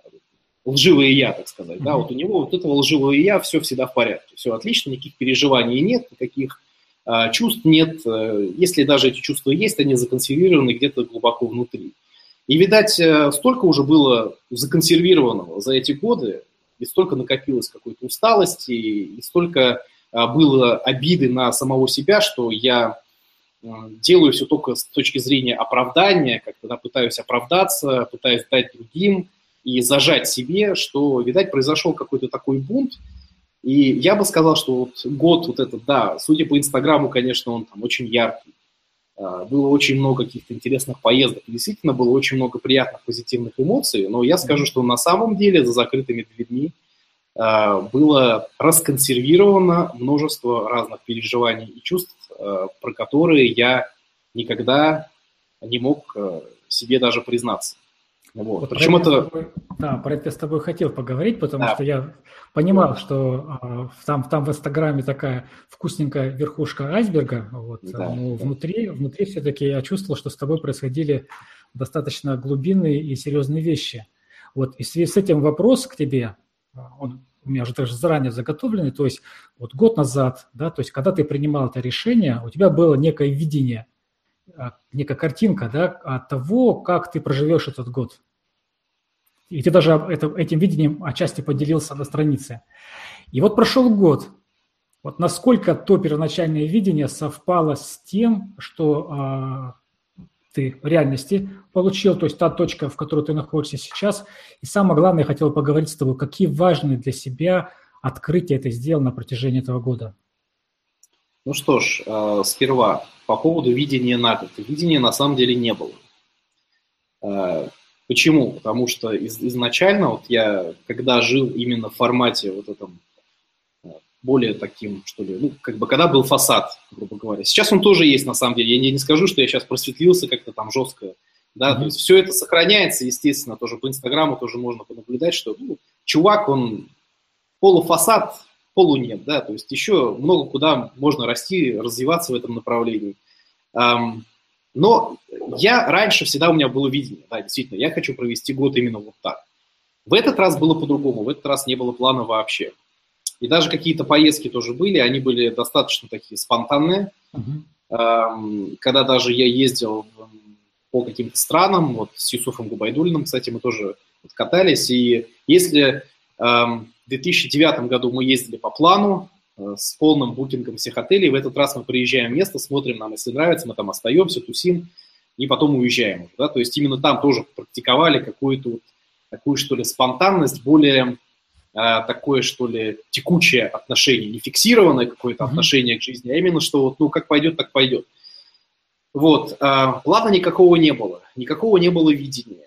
лживое я, так сказать, да, вот у него вот этого лживого я все всегда в порядке, все отлично, никаких переживаний нет, никаких чувств нет, если даже эти чувства есть, они законсервированы где-то глубоко внутри. И, видать, столько уже было законсервированного за эти годы, и столько накопилось какой-то усталости, и столько было обиды на самого себя, что я делаю все только с точки зрения оправдания, как-то пытаюсь оправдаться, пытаюсь дать другим и зажать себе, что, видать, произошел какой-то такой бунт. И я бы сказал, что вот год вот этот, да, судя по Инстаграму, конечно, он там очень яркий. было очень много каких-то интересных поездок, и действительно было очень много приятных, позитивных эмоций, но я скажу, что на самом деле за закрытыми дверьми было расконсервировано множество разных переживаний и чувств, про которые я никогда не мог себе даже признаться. Вот. Причем про это я с тобой хотел поговорить, потому что я понимал, что там в Инстаграме такая вкусненькая верхушка айсберга, вот, но внутри все-таки я чувствовал, что с тобой происходили достаточно глубинные и серьезные вещи. Вот, и в связи с этим вопрос к тебе, он у меня уже также заранее заготовленный, то есть вот год назад, да, то есть когда ты принимал это решение, у тебя было некое видение, некая картинка, да, от того, как ты проживешь этот год. И ты даже этим видением отчасти поделился на странице. И вот прошел год. Вот насколько то первоначальное видение совпало с тем, что ты в реальности получил, то есть та точка, в которой ты находишься сейчас. И самое главное, я хотел поговорить с тобой, какие важные для себя открытия ты сделал на протяжении этого года. Ну что ж, сперва по поводу видения на год. Видения на самом деле не было. Почему? Потому что изначально вот я, когда жил именно в формате вот этом, более таким, что ли, ну, как бы когда был фасад, грубо говоря. Сейчас он тоже есть на самом деле. Я не скажу, что я сейчас просветлился как-то там жестко. Да? То есть все это сохраняется, естественно, тоже по Инстаграму тоже можно понаблюдать, что чувак, он полуфасад, полу нет, да, то есть еще много куда можно расти, развиваться в этом направлении. Но раньше всегда у меня было видение, да, действительно, я хочу провести год именно вот так. В этот раз было по-другому, в этот раз не было плана вообще. И даже какие-то поездки тоже были, они были достаточно такие спонтанные. Когда даже я ездил по каким-то странам, вот с Юсуфом Губайдуллиным, кстати, мы тоже катались, и если в 2009 году мы ездили по плану, с полным букингом всех отелей. В этот раз мы приезжаем в место, смотрим, нам если нравится, мы там остаемся, тусим, и потом уезжаем. Да? То есть именно там тоже практиковали какую-то вот такую, что ли, спонтанность, более такое, что ли, текучее отношение, не фиксированное какое-то отношение к жизни, а именно, что вот, ну, как пойдет, так пойдет. Вот. Плана никакого не было видения.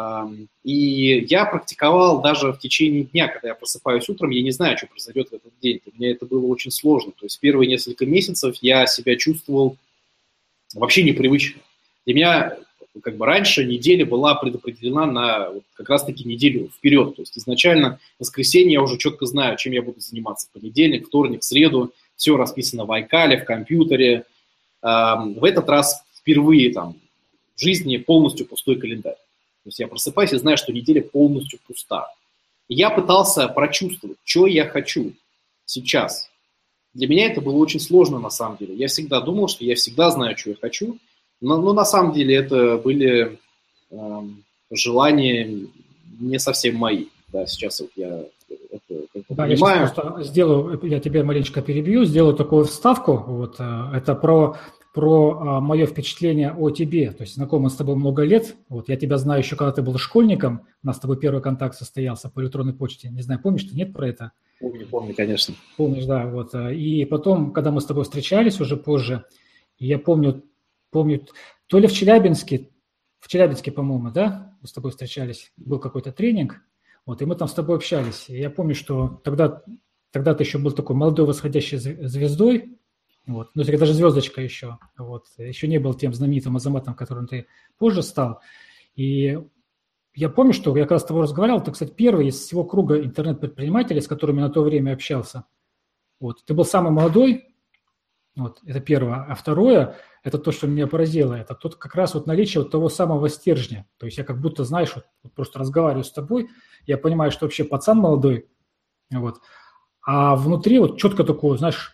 И я практиковал даже в течение дня, когда я просыпаюсь утром, я не знаю, что произойдет в этот день. Для меня это было очень сложно. То есть первые несколько месяцев я себя чувствовал вообще непривычно. Для меня как бы раньше неделя была предопределена на вот как раз-таки неделю вперед. То есть изначально в воскресенье я уже четко знаю, чем я буду заниматься. Понедельник, вторник, среду. Все расписано в iCal, в компьютере. В этот раз впервые там, в жизни полностью пустой календарь. То есть я просыпаюсь и знаю, что неделя полностью пуста. И я пытался прочувствовать, что я хочу сейчас. Для меня это было очень сложно на самом деле. Я всегда думал, что я всегда знаю, что я хочу. Но на самом деле это были желания не совсем мои. Да, сейчас вот я это понимаю. Я просто я тебя маленечко перебью, сделаю такую вставку. Вот, это про мое впечатление о тебе. То есть знакомы с тобой много лет. Вот, я тебя знаю еще, когда ты был школьником. У нас с тобой первый контакт состоялся по электронной почте. Не знаю, помнишь ты, нет про это? Помню, конечно. Помнишь, да. Вот. И потом, когда мы с тобой встречались уже позже, я помню, то ли в Челябинске, по-моему, да, мы с тобой встречались, был какой-то тренинг, вот, и мы там с тобой общались. И я помню, что тогда ты еще был такой молодой восходящей звездой, вот, ну, даже звездочка еще, вот, еще не был тем знаменитым Азаматом, которым ты позже стал. И я помню, что я как раз с тобой разговаривал, ты, кстати, первый из всего круга интернет-предпринимателей, с которыми на то время общался. Вот, ты был самый молодой, вот, это первое. А второе, это то, что меня поразило, это тут как раз вот наличие вот того самого стержня. То есть я как будто, знаешь, вот просто разговариваю с тобой, я понимаю, что вообще пацан молодой, вот, а внутри вот четко такое, знаешь,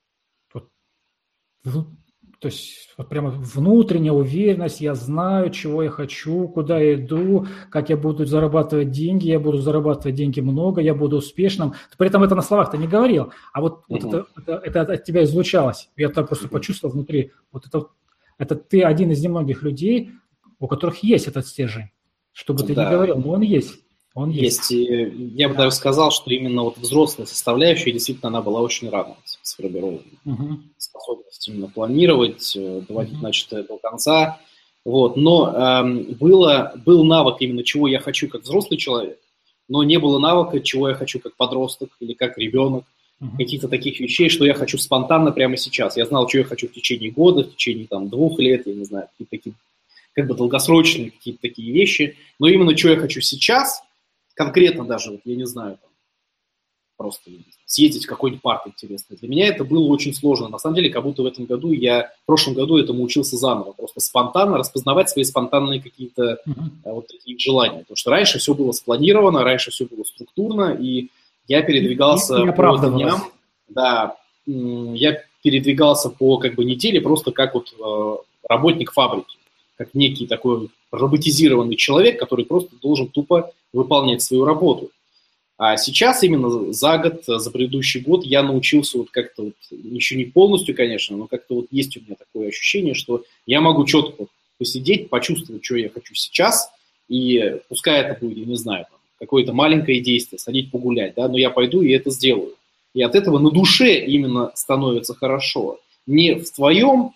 то есть вот прямо внутренняя уверенность, я знаю, чего я хочу, куда я иду, как я буду зарабатывать деньги, я буду зарабатывать деньги много, я буду успешным. Ты при этом это на словах-то не говорил, а вот это от тебя излучалось. Я так просто почувствовал внутри. Вот это ты один из немногих людей, у которых есть этот стержень. Что бы ты ни говорил, но он есть. Он есть. И я бы даже сказал, что именно вот взрослая составляющая, действительно, она была очень рано сформирована. Способность есть именно планировать, доводить начатое до конца. Вот. Но был навык именно чего я хочу как взрослый человек, но не было навыка, чего я хочу как подросток или как ребенок, каких-то таких вещей, что я хочу спонтанно прямо сейчас. Я знал, что я хочу в течение года, в течение 2 лет, я не знаю, какие-то такие как бы долгосрочные какие-то такие вещи, но именно что я хочу сейчас, конкретно даже, вот, я не знаю, там, просто съездить в какой-нибудь парк интересный. Для меня это было очень сложно. На самом деле, как будто в прошлом году этому учился заново. Просто спонтанно распознавать свои спонтанные какие-то вот такие желания. Потому что раньше все было спланировано, раньше все было структурно, и я передвигался по дням. Да, я передвигался по как бы неделе просто как вот работник фабрики. Как некий такой роботизированный человек, который просто должен тупо выполнять свою работу. А сейчас именно за год, за предыдущий год я научился вот как-то, вот, еще не полностью, конечно, но как-то вот есть у меня такое ощущение, что я могу четко посидеть, почувствовать, что я хочу сейчас, и пускай это будет, я не знаю, там, какое-то маленькое действие, сходить погулять, да, но я пойду и это сделаю. И от этого на душе именно становится хорошо. Не в твоем,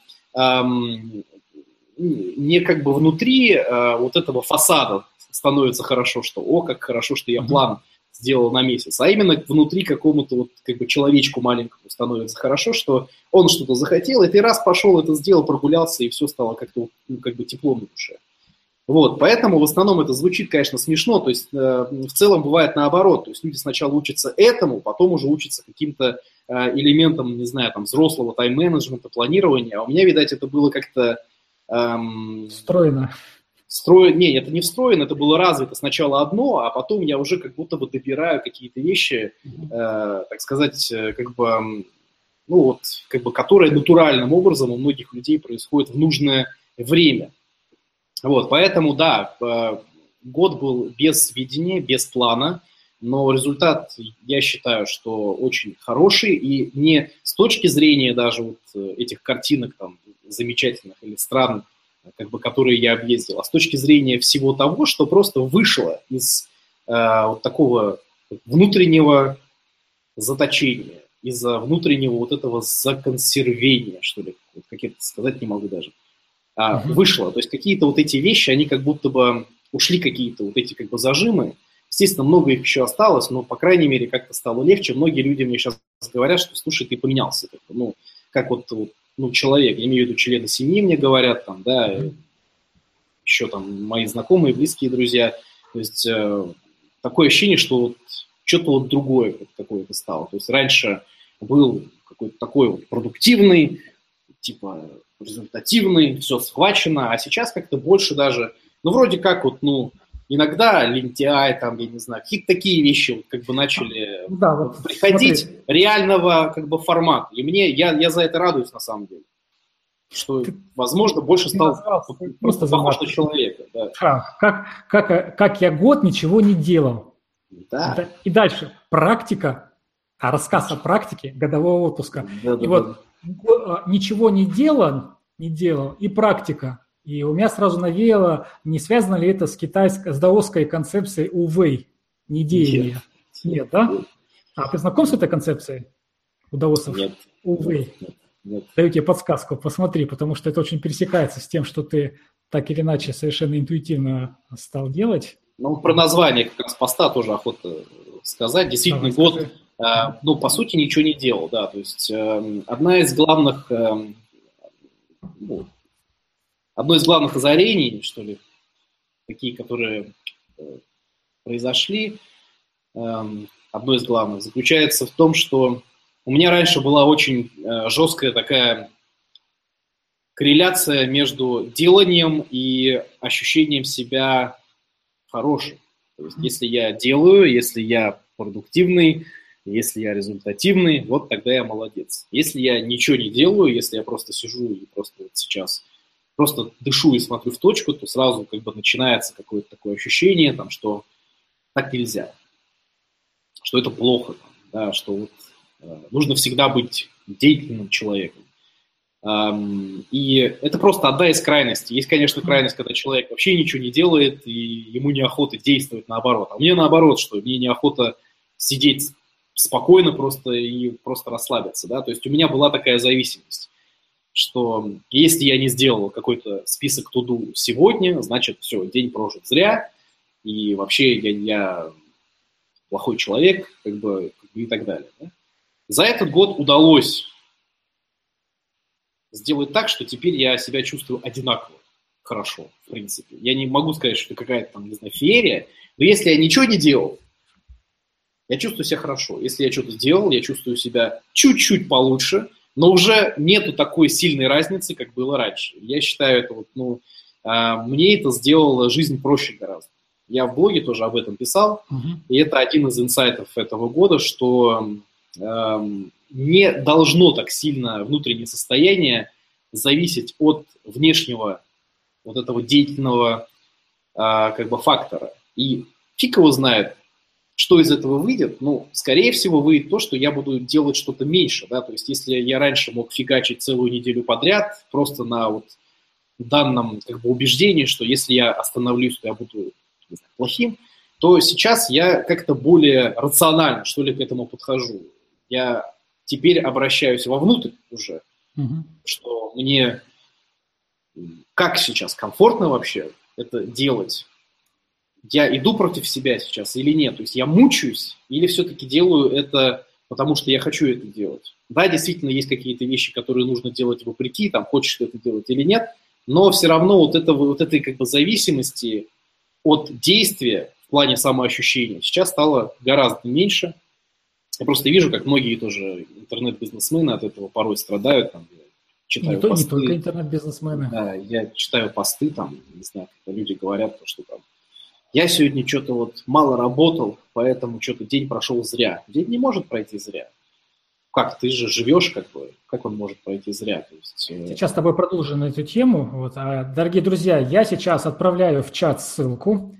не как бы внутри вот этого фасада становится хорошо, что о, как хорошо, что я план сделал на месяц, а именно внутри какому-то вот как бы человечку маленькому становится хорошо, что он что-то захотел, и ты раз пошел, это сделал, прогулялся, и все стало как-то ну, как бы тепло на душе. Вот, поэтому в основном это звучит, конечно, смешно, то есть в целом бывает наоборот, то есть люди сначала учатся этому, потом уже учатся каким-то элементам, не знаю, там, взрослого тайм-менеджмента, планирования, а у меня, видать, это было как-то... Встроено. Не, это не встроено, это было развито сначала одно, а потом я уже как будто бы добираю какие-то вещи, так сказать, как бы, ну вот, как бы, которые натуральным образом у многих людей происходят в нужное время. Вот, поэтому, да, год был без видения, без плана, но результат, я считаю, что очень хороший, и не с точки зрения даже вот этих картинок там замечательных или стран, как бы, которые я объездил, а с точки зрения всего того, что просто вышло из вот такого внутреннего заточения, из-за внутреннего вот этого законсервения, что ли, вот, как это сказать не могу даже, вышло. То есть какие-то вот эти вещи, они как будто бы ушли, какие-то вот эти как бы зажимы. Естественно, много их еще осталось, но, по крайней мере, как-то стало легче. Многие люди мне сейчас говорят, что, слушай, ты поменялся. Ну, как вот ну, человек, я имею в виду члены семьи, мне говорят, там, да, еще там мои знакомые, близкие друзья. То есть такое ощущение, что вот что-то вот другое какое-то стало. То есть раньше был какой-то такой вот продуктивный, типа результативный, все схвачено, а сейчас как-то больше даже, ну, вроде как вот, ну, иногда лентяй, там, я не знаю, какие-то такие вещи вот как бы начали вот, приходить, смотри, реального как бы формата. И я за это радуюсь на самом деле. Что, возможно, больше стал просто похож на человека. Да. Как я год ничего не делал. Да. И дальше практика, рассказ о практике годового отпуска. Да, и вот ничего не делал, и практика. И у меня сразу навеяло, не связано ли это с даосской концепцией увэй, недеяния? Нет, да? А ты знаком с этой концепцией у даосов? Нет. Увэй. Нет. Даю тебе подсказку, посмотри, потому что это очень пересекается с тем, что ты так или иначе совершенно интуитивно стал делать. Ну, про название как раз поста тоже охота сказать. Действительно, год, ну, по сути, ничего не делал, да. То есть одно из главных озарений, что ли, такие, которые произошли, одно из главных, заключается в том, что у меня раньше была очень жесткая такая корреляция между деланием и ощущением себя хорошим. То есть если я делаю, если я продуктивный, если я результативный, вот тогда я молодец. Если я ничего не делаю, если я просто сижу и просто вот сейчас просто дышу и смотрю в точку, то сразу как бы начинается какое-то такое ощущение, там, что так нельзя, что это плохо, да, что вот, нужно всегда быть деятельным человеком. И это просто одна из крайностей. Есть, конечно, крайность, когда человек вообще ничего не делает, и ему неохота действовать наоборот. А мне наоборот, что мне неохота сидеть спокойно просто и просто расслабиться. Да? То есть у меня была такая зависимость. что если я не сделал какой-то список to-do сегодня, значит, все, день прожит зря, и вообще я плохой человек, как бы и так далее. Да? За этот год удалось сделать так, что теперь я себя чувствую одинаково хорошо, в принципе. Я не могу сказать, что это какая-то там, не знаю, феерия, но если я ничего не делал, я чувствую себя хорошо. Если я что-то сделал, я чувствую себя чуть-чуть получше, но уже нету такой сильной разницы, как было раньше. Я считаю, это вот, мне это сделало жизнь проще гораздо. Я в блоге тоже об этом писал, и это один из инсайтов этого года, что не должно так сильно внутреннее состояние зависеть от внешнего вот этого деятельного как бы фактора. И фиг его знает, что из этого выйдет. Ну, скорее всего, выйдет то, что я буду делать что-то меньше. Да? То есть, если я раньше мог фигачить целую неделю подряд, просто на вот данном как бы убеждении, что если я остановлюсь, то я буду, не знаю, плохим, то сейчас я как-то более рационально, что ли, к этому подхожу. Я теперь обращаюсь вовнутрь уже, что мне как сейчас комфортно вообще это делать. Я иду против себя сейчас или нет? То есть я мучаюсь или все-таки делаю это, потому что я хочу это делать? Да, действительно, есть какие-то вещи, которые нужно делать вопреки, там, хочешь ты это делать или нет, но все равно вот этой как бы зависимости от действия в плане самоощущения сейчас стало гораздо меньше. Я просто вижу, как многие тоже интернет-бизнесмены от этого порой страдают. Там, я читаю посты, не только интернет-бизнесмены. Да, я читаю посты, там, не знаю, когда люди говорят, что там я сегодня что-то вот мало работал, поэтому что-то день прошел зря. День не может пройти зря. Как? Ты же живешь, как бы, как он может пройти зря? То есть, Сейчас с тобой продолжим на эту тему. Вот, дорогие друзья, я сейчас отправляю в чат ссылку.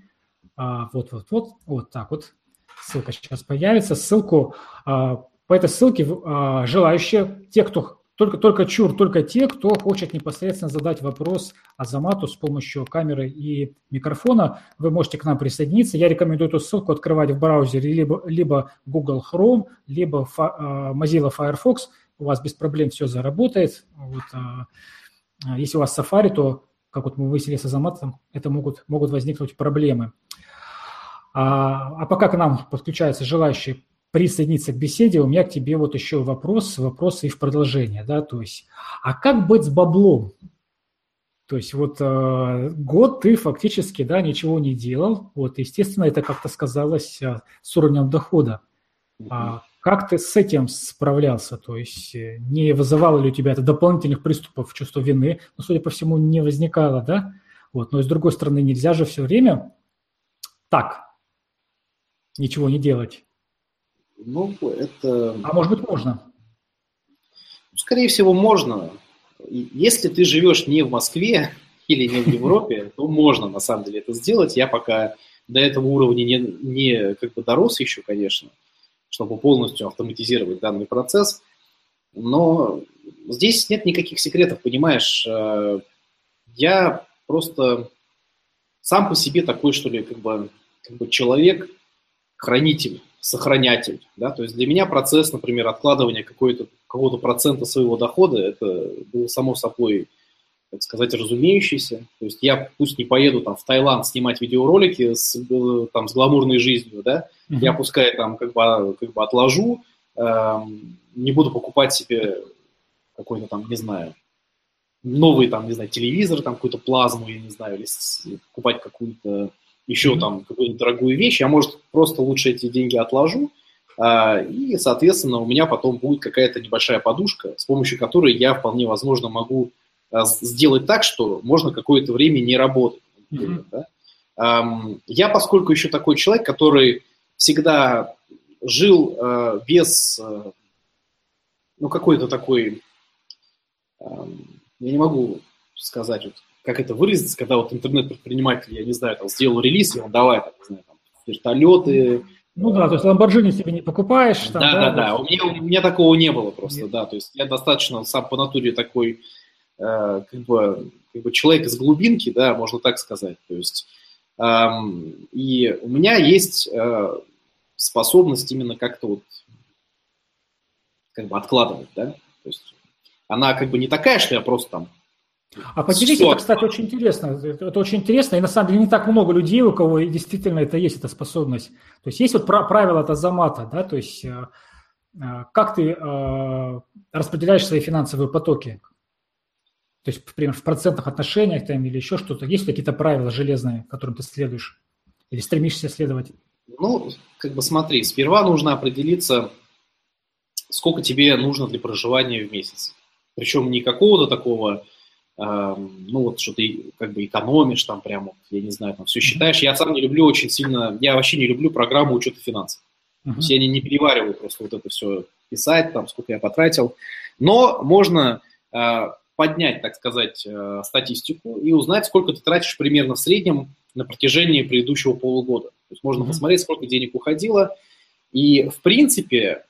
Вот так вот. Ссылка сейчас появится. Ссылку по этой ссылке желающие, те, кто только те, кто хочет непосредственно задать вопрос Азамату с помощью камеры и микрофона, вы можете к нам присоединиться. Я рекомендую эту ссылку открывать в браузере либо Google Chrome, либо Mozilla Firefox. У вас без проблем все заработает. Вот, если у вас Safari, то, как вот мы выяснили с Азаматом, это могут возникнуть проблемы. А пока к нам подключаются желающие присоединиться к беседе, у меня к тебе вот еще вопросы и в продолжение, да, то есть, а как быть с баблом? То есть вот год ты фактически, да, ничего не делал, вот, естественно, это как-то сказалось с уровнем дохода. Как ты с этим справлялся? То есть не вызывало ли у тебя это дополнительных приступов чувства вины? Ну, судя по всему, не возникало, да? Вот, но с другой стороны, нельзя же все время так ничего не делать. Ну, это... А может быть, можно? Скорее всего, можно. Если ты живешь не в Москве или не в Европе, то можно, на самом деле, это сделать. Я пока до этого уровня не как бы дорос еще, конечно, чтобы полностью автоматизировать данный процесс. Но здесь нет никаких секретов, понимаешь. Я просто сам по себе такой, что ли, как бы человек, хранитель, сохранятель. Да? То есть для меня процесс, например, откладывания какого-то процента своего дохода, это было само собой, так сказать, разумеющееся. То есть я пусть не поеду там в Таиланд снимать видеоролики с гламурной жизнью, да, я пускай там как бы отложу, не буду покупать себе какой-то там, не знаю, новый там, не знаю, телевизор, там какую-то плазму, я не знаю, или покупать какую-то еще там какую-то дорогую вещь, я, может, просто лучше эти деньги отложу, и, соответственно, у меня потом будет какая-то небольшая подушка, с помощью которой я вполне возможно могу сделать так, что можно какое-то время не работать. Да? Я, поскольку еще такой человек, который всегда жил без какой-то такой, я не могу сказать, вот, как это выразиться, когда вот интернет-предприниматель, я не знаю, там, сделал релиз, и он давай, там, не знаю, там, вертолеты. Ну да, то есть Lamborghini себе не покупаешь. Да. У меня такого не было просто, да, то есть я достаточно сам по натуре такой, как бы человек из глубинки, да, можно так сказать, то есть, и у меня есть способность именно как-то вот, как бы откладывать, да, то есть она как бы не такая, что я просто там... А поделись, это, кстати, очень интересно. Это очень интересно, и на самом деле не так много людей, у кого действительно это есть, эта способность. То есть есть вот правило Азамата, да, то есть как ты распределяешь свои финансовые потоки? То есть, например, в процентных отношениях там, или еще что-то. Есть какие-то правила железные, которым ты следуешь или стремишься следовать? Ну, как бы смотри, сперва нужно определиться, сколько тебе нужно для проживания в месяц. Причем не какого-то такого, ну вот что ты как бы экономишь там прямо, я не знаю, там все считаешь. Я сам не люблю очень сильно, я вообще не люблю программу учета финансов. То есть я не перевариваю просто вот это все писать, там сколько я потратил. Но можно поднять, так сказать, статистику и узнать, сколько ты тратишь примерно в среднем на протяжении предыдущего полугода. То есть можно посмотреть, сколько денег уходило. И, в принципе,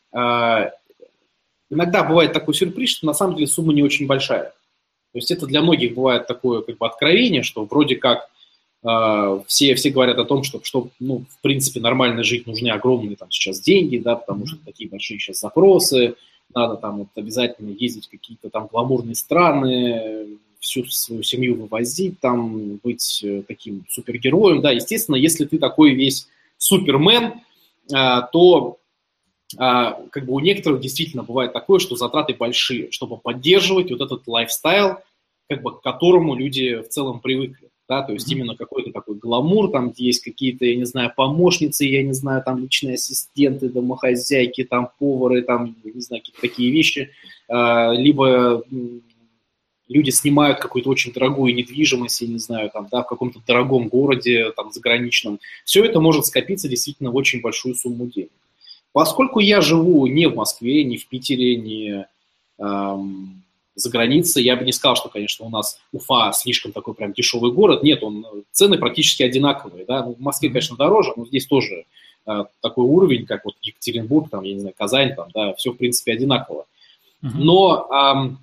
иногда бывает такой сюрприз, что на самом деле сумма не очень большая. То есть это для многих бывает такое как бы откровение, что вроде как все говорят о том, что ну, в принципе, нормально жить нужны огромные там сейчас деньги, да, потому что такие большие сейчас запросы, надо там вот обязательно ездить в какие-то там гламурные страны, всю свою семью вывозить, там, быть таким супергероем, да, естественно, если ты такой весь супермен, то как бы у некоторых действительно бывает такое, что затраты большие, чтобы поддерживать вот этот лайфстайл, как бы к которому люди в целом привыкли, да, то есть именно какой-то такой гламур, там, где есть какие-то, я не знаю, помощницы, я не знаю, там, личные ассистенты, домохозяйки, там, повары, там, не знаю, какие-то такие вещи, либо люди снимают какую-то очень дорогую недвижимость, я не знаю, там, да, в каком-то дорогом городе, там, заграничном. Все это может скопиться действительно в очень большую сумму денег. Поскольку я живу не в Москве, не в Питере, не за границей, я бы не сказал, что, конечно, у нас Уфа слишком такой прям дешевый город. Нет, цены практически одинаковые. Да? Ну, в Москве, конечно, дороже, но здесь тоже такой уровень, как вот Екатеринбург, там, я не знаю, Казань, там, да, все, в принципе, одинаково. Но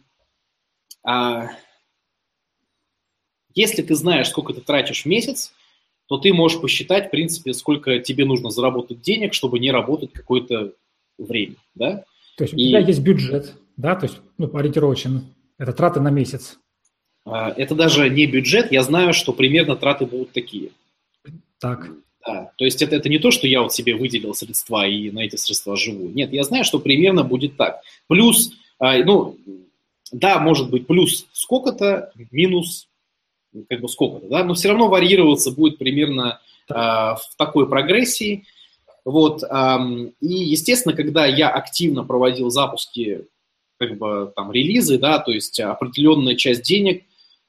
если ты знаешь, сколько ты тратишь в месяц, то ты можешь посчитать, в принципе, сколько тебе нужно заработать денег, чтобы не работать какое-то время, да? То есть у тебя есть бюджет, да, то есть, ну, ориентировочно, это траты на месяц. Это даже не бюджет, я знаю, что примерно траты будут такие. Так. Да, то есть это не то, что я вот себе выделил средства и на эти средства живу. Нет, я знаю, что примерно будет так. Плюс, ну, да, может быть, плюс сколько-то, минус как бы сколько-то, да, но все равно варьироваться будет примерно в такой прогрессии. Вот, и, естественно, когда я активно проводил запуски, как бы там релизы, да, то есть определенная часть денег,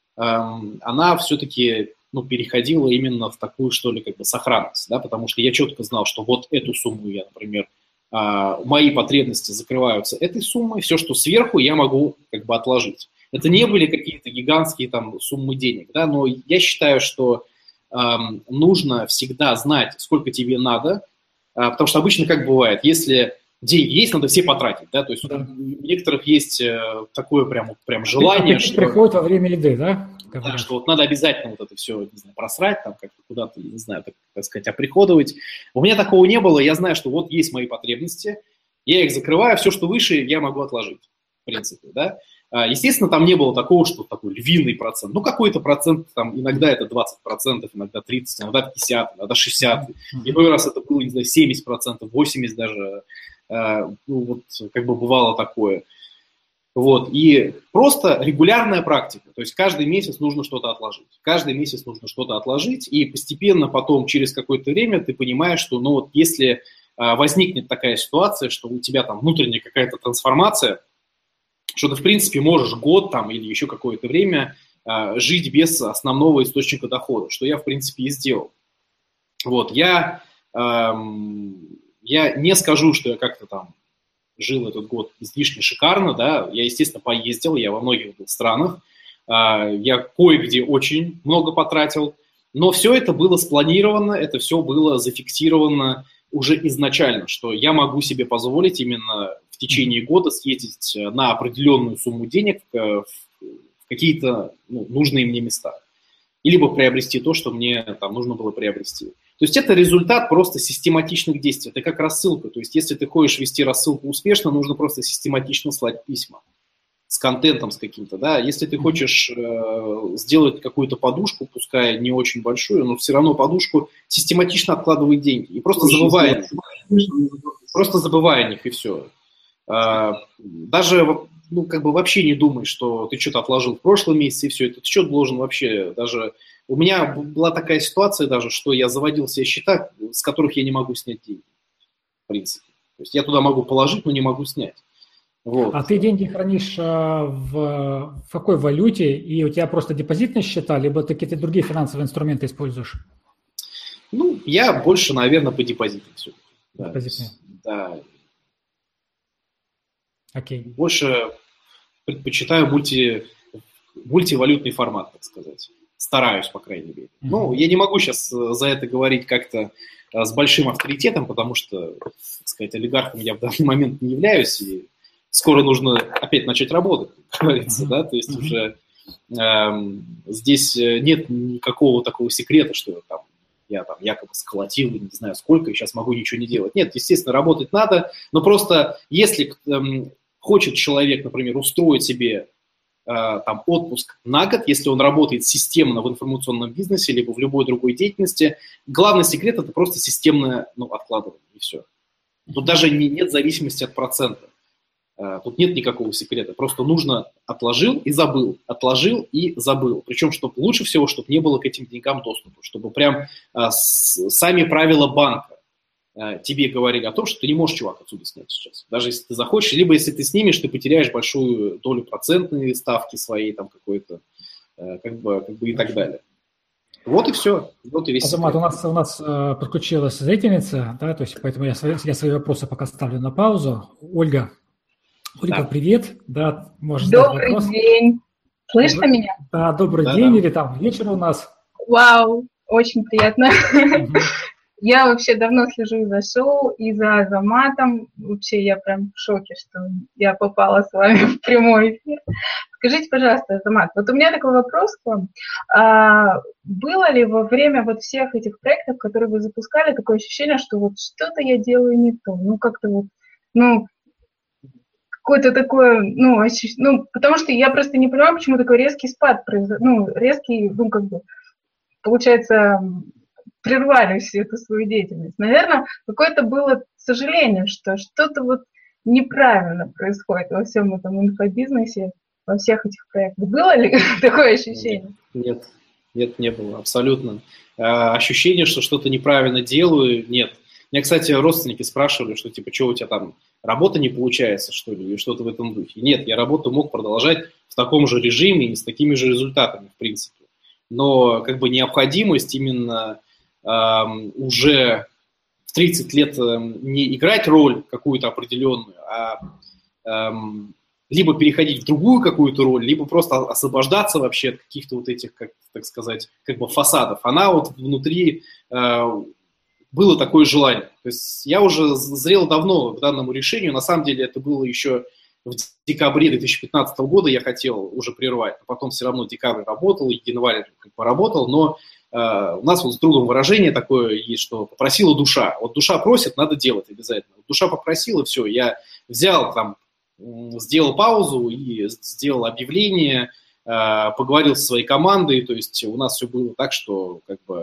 она все-таки, ну, переходила именно в такую, что ли, как бы сохранность, да, потому что я четко знал, что вот эту сумму я, например, мои потребности закрываются этой суммой, все, что сверху, я могу как бы отложить. Это не были какие-то гигантские там суммы денег, да, но я считаю, что нужно всегда знать, сколько тебе надо, потому что обычно как бывает, если деньги есть, надо все потратить, да, то есть у некоторых есть такое прям желание, что... Приходит во время еды, да? Да, что вот надо обязательно вот это все, не знаю, просрать, там как-то куда-то, не знаю, так сказать, оприходовать. У меня такого не было, я знаю, что вот есть мои потребности, я их закрываю, все, что выше, я могу отложить, в принципе, да. Естественно, там не было такого, что такой львиный процент. Ну, какой-то процент, там, иногда это 20%, иногда 30%, иногда 50%, иногда 60%. Иной раз это было, не знаю, 70%, 80% даже. Ну, вот, как бы бывало такое. Вот, и просто регулярная практика. То есть каждый месяц нужно что-то отложить. Каждый месяц нужно что-то отложить, и постепенно потом, через какое-то время, ты понимаешь, что, ну, вот если возникнет такая ситуация, что у тебя там внутренняя какая-то трансформация, что ты, в принципе, можешь год там или еще какое-то время жить без основного источника дохода, что я, в принципе, и сделал. Вот, я не скажу, что я как-то там жил этот год излишне шикарно, да, я, естественно, поездил, я во многих странах, я кое-где очень много потратил, но все это было спланировано, это все было зафиксировано уже изначально, что я могу себе позволить именно в течение года съездить на определенную сумму денег в какие-то нужные мне места. И либо приобрести то, что мне там нужно было приобрести. То есть это результат просто систематичных действий. Это как рассылка. То есть если ты хочешь вести рассылку успешно, нужно просто систематично слать письма. с контентом, с каким-то, да, если ты хочешь сделать какую-то подушку, пускай не очень большую, но все равно подушку, систематично откладывай деньги и просто забывай о них. Просто забывай о них, и все. Даже, ну, как бы вообще не думай, что ты что-то отложил в прошлом месяце, и все, этот счет должен вообще даже... У меня была такая ситуация даже, что я заводил себе счета, с которых я не могу снять деньги, в принципе. То есть я туда могу положить, но не могу снять. Вот. А ты деньги хранишь в какой валюте, и у тебя просто депозитные счета, либо ты какие-то другие финансовые инструменты используешь? Ну, я больше, наверное, по депозитам все. Депозитные. Да. Окей. Больше предпочитаю мультивалютный формат, так сказать. Стараюсь, по крайней мере. Ну, я не могу сейчас за это говорить как-то с большим авторитетом, потому что, так сказать, олигархом я в данный момент не являюсь, и скоро нужно опять начать работать, как говорится, да, то есть уже здесь нет никакого такого секрета, что я там якобы сколотил, не знаю сколько, и сейчас могу ничего не делать. Нет, естественно, работать надо, но просто если хочет человек, например, устроить себе там отпуск на год, если он работает системно в информационном бизнесе, либо в любой другой деятельности, главный секрет – это просто системное откладывание, и все. Тут даже нет зависимости от процента. Тут нет никакого секрета. Просто нужно отложил и забыл. Отложил и забыл. Причем, чтобы лучше всего, чтобы не было к этим деньгам доступа. Чтобы прям сами правила банка тебе говорили о том, что ты не можешь, чувак, отсюда снять сейчас. Даже если ты захочешь. Либо если ты снимешь, ты потеряешь большую долю процентной ставки своей там какой-то, как бы и так далее. Вот и все. Вот и весь Азамат, у нас подключилась зрительница, да, то есть поэтому я свои вопросы пока ставлю на паузу. Ольга, да. Привет. Да, можешь Добрый день. Слышно меня? Да, добрый день, или там вечер у нас. Вау, очень приятно. Я вообще давно слежу за шоу и за Азаматом. Вообще я прям в шоке, что я попала с вами в прямой эфир. Скажите, пожалуйста, Азамат, вот у меня такой вопрос к вам. Было ли во время вот всех этих проектов, которые вы запускали, такое ощущение, что вот что-то я делаю не то? Ну, как-то вот, какое-то такое, потому что я просто не понимаю, почему такой резкий спад произошел, получается, прервали всю эту свою деятельность. Наверное, какое-то было сожаление, что что-то вот неправильно происходит во всем этом инфобизнесе, во всех этих проектах. Было ли такое ощущение? Нет, не было, абсолютно. Ощущение, что что-то неправильно делаю, нет. Меня, кстати, родственники спрашивали, что типа, что у тебя там, работа не получается, что ли, или что-то в этом духе. Нет, я работу мог продолжать в таком же режиме и с такими же результатами, в принципе. Но как бы необходимость именно уже в 30 лет не играть роль какую-то определенную, а либо переходить в другую какую-то роль, либо просто освобождаться вообще от каких-то вот этих, как, так сказать, как бы фасадов. Она вот внутри было такое желание. То есть я уже зрел давно к данному решению. На самом деле это было еще в декабре 2015 года я хотел уже прервать, но потом все равно декабрь работал, и январь как бы работал, но у нас вот с другом выражение такое есть, что попросила душа. Вот душа просит, надо делать обязательно. Вот душа попросила, все, я взял там, сделал паузу и сделал объявление, поговорил со своей командой, то есть у нас все было так, что как бы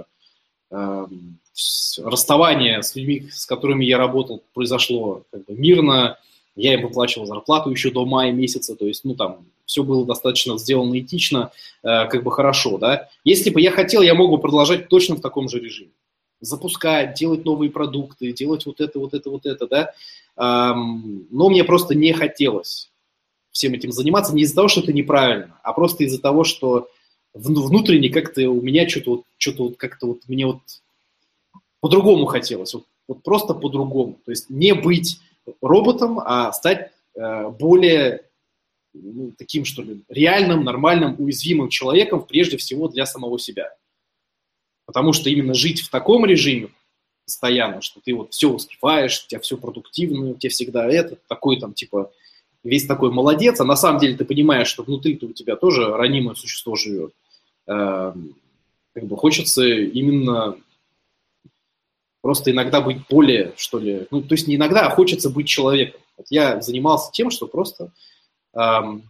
расставание с людьми, с которыми я работал, произошло как бы мирно. Я им выплачивал зарплату еще до мая месяца, то есть, там все было достаточно сделано этично, как бы хорошо, да. Если бы я хотел, я мог бы продолжать точно в таком же режиме. Запускать, делать новые продукты, делать вот это, да. Но мне просто не хотелось всем этим заниматься не из-за того, что это неправильно, а просто из-за того, что внутренне как-то у меня что-то как-то вот мне вот по-другому хотелось, вот просто по-другому. То есть не быть роботом, а стать более таким, что ли, реальным, нормальным, уязвимым человеком, прежде всего для самого себя. Потому что именно жить в таком режиме постоянно, что ты вот все успеваешь, у тебя все продуктивно, у тебя всегда такой там типа весь такой молодец, а на самом деле ты понимаешь, что внутри-то у тебя тоже ранимое существо живет. Как бы хочется именно просто иногда быть более, что ли, то есть не иногда, а хочется быть человеком. Вот я занимался тем, что просто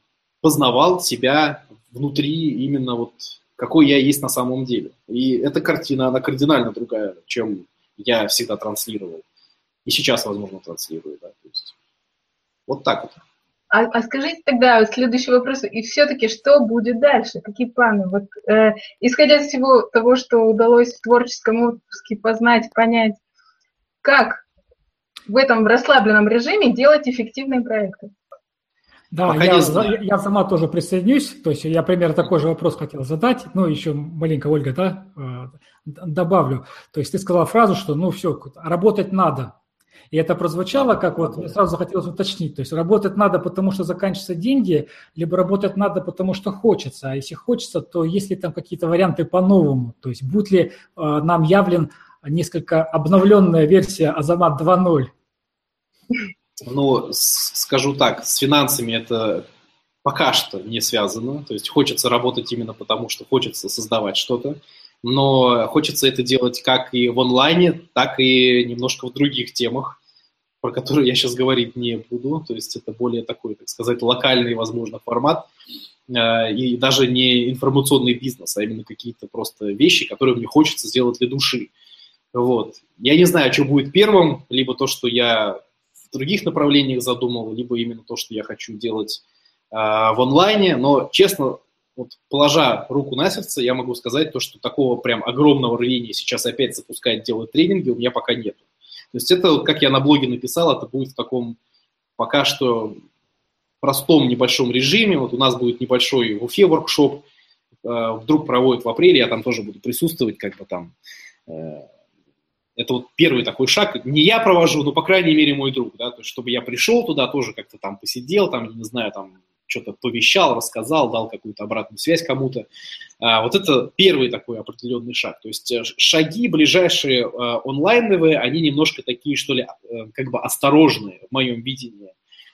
познавал себя внутри именно вот какой я есть на самом деле. И эта картина, она кардинально другая, чем я всегда транслировал. И сейчас, возможно, транслирую. Да? То есть, вот так вот. А скажите тогда следующий вопрос. И все-таки что будет дальше? Какие планы? Вот, исходя из всего того, что удалось в творческом отпуске познать, понять, как в этом расслабленном режиме делать эффективные проекты? Да, я сама тоже присоединюсь. То есть я примерно такой же вопрос хотел задать. Ну, еще маленько, Ольга, да, добавлю. То есть ты сказала фразу, что, ну, все, работать надо. И это прозвучало, как вот мне сразу захотелось уточнить. То есть работать надо, потому что заканчиваются деньги, либо работать надо, потому что хочется. А если хочется, то есть ли там какие-то варианты по-новому? То есть будет ли нам явлен несколько обновленная версия Азамат 2.0? Ну, скажу так, с финансами это пока что не связано. То есть хочется работать именно потому, что хочется создавать что-то. Но хочется это делать как и в онлайне, так и немножко в других темах, про которые я сейчас говорить не буду. То есть это более такой, так сказать, локальный, возможно, формат. И даже не информационный бизнес, а именно какие-то просто вещи, которые мне хочется сделать для души. Вот. Я не знаю, что будет первым, либо то, что я в других направлениях задумал, либо именно то, что я хочу делать в онлайне. Но, честно, вот, положа руку на сердце, я могу сказать то, что такого прям огромного рвения сейчас опять запускать, делать тренинги у меня пока нет. То есть это, как я на блоге написал, это будет в таком пока что простом небольшом режиме. Вот у нас будет небольшой в Уфе воркшоп, вдруг проводят в апреле, я там тоже буду присутствовать, как бы там. Это вот первый такой шаг. Не я провожу, но, по крайней мере, мой друг, да, то есть чтобы я пришел туда, тоже как-то там посидел, там, не знаю, там, что-то повещал, рассказал, дал какую-то обратную связь кому-то. Вот это первый такой определенный шаг. То есть шаги ближайшие онлайновые, они немножко такие, что ли, как бы осторожные в моем видении.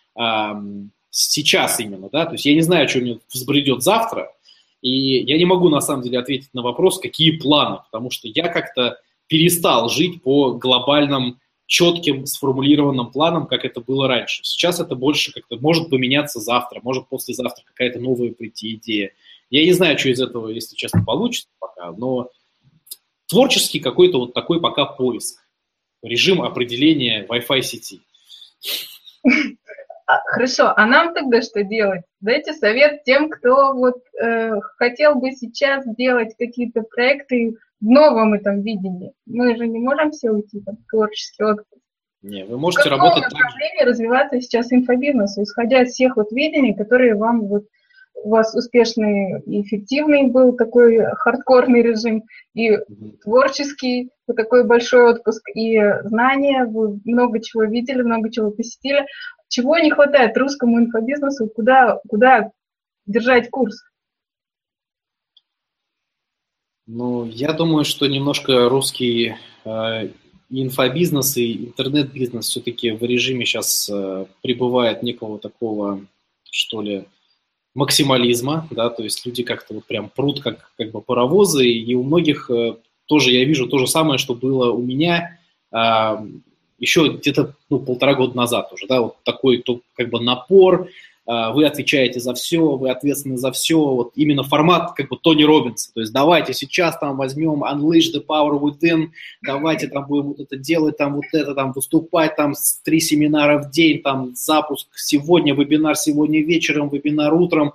Сейчас именно, да, то есть я не знаю, что мне взбредет завтра, и я не могу на самом деле ответить на вопрос, какие планы, потому что я как-то перестал жить по глобальным четким сформулированным планом, как это было раньше. Сейчас это больше как-то может поменяться завтра, может послезавтра какая-то новая прийти идея. Я не знаю, что из этого, если честно, получится пока, но творческий какой-то вот такой пока поиск. Режим определения Wi-Fi сети. Хорошо, а нам тогда что делать? Дайте совет тем, кто вот хотел бы сейчас делать какие-то проекты в новом этом видении. Мы же не можем все уйти в творческий отпуск. Не, вы можете работать так же. В каком направлении развиваться сейчас инфобизнесу, исходя из всех вот видений, которые вам вот у вас успешный и эффективный был такой хардкорный режим, и творческий, вот такой большой отпуск, и знания, вы много чего видели, много чего посетили. Чего не хватает русскому инфобизнесу, куда держать курс? Ну, я думаю, что немножко русский инфобизнес и интернет-бизнес все-таки в режиме сейчас пребывает некого такого, что ли, максимализма, да, то есть люди как-то вот прям прут как бы паровозы, и у многих тоже я вижу то же самое, что было у меня еще где-то 1,5 года назад уже, да, вот такой как бы напор, вы отвечаете за все, вы ответственны за все, вот именно формат как бы Тони Роббинса, то есть давайте сейчас там возьмем Unleash the Power Within, давайте там будем вот это делать, там вот это, там выступать, там 3 семинара в день, там запуск сегодня, вебинар сегодня вечером, вебинар утром.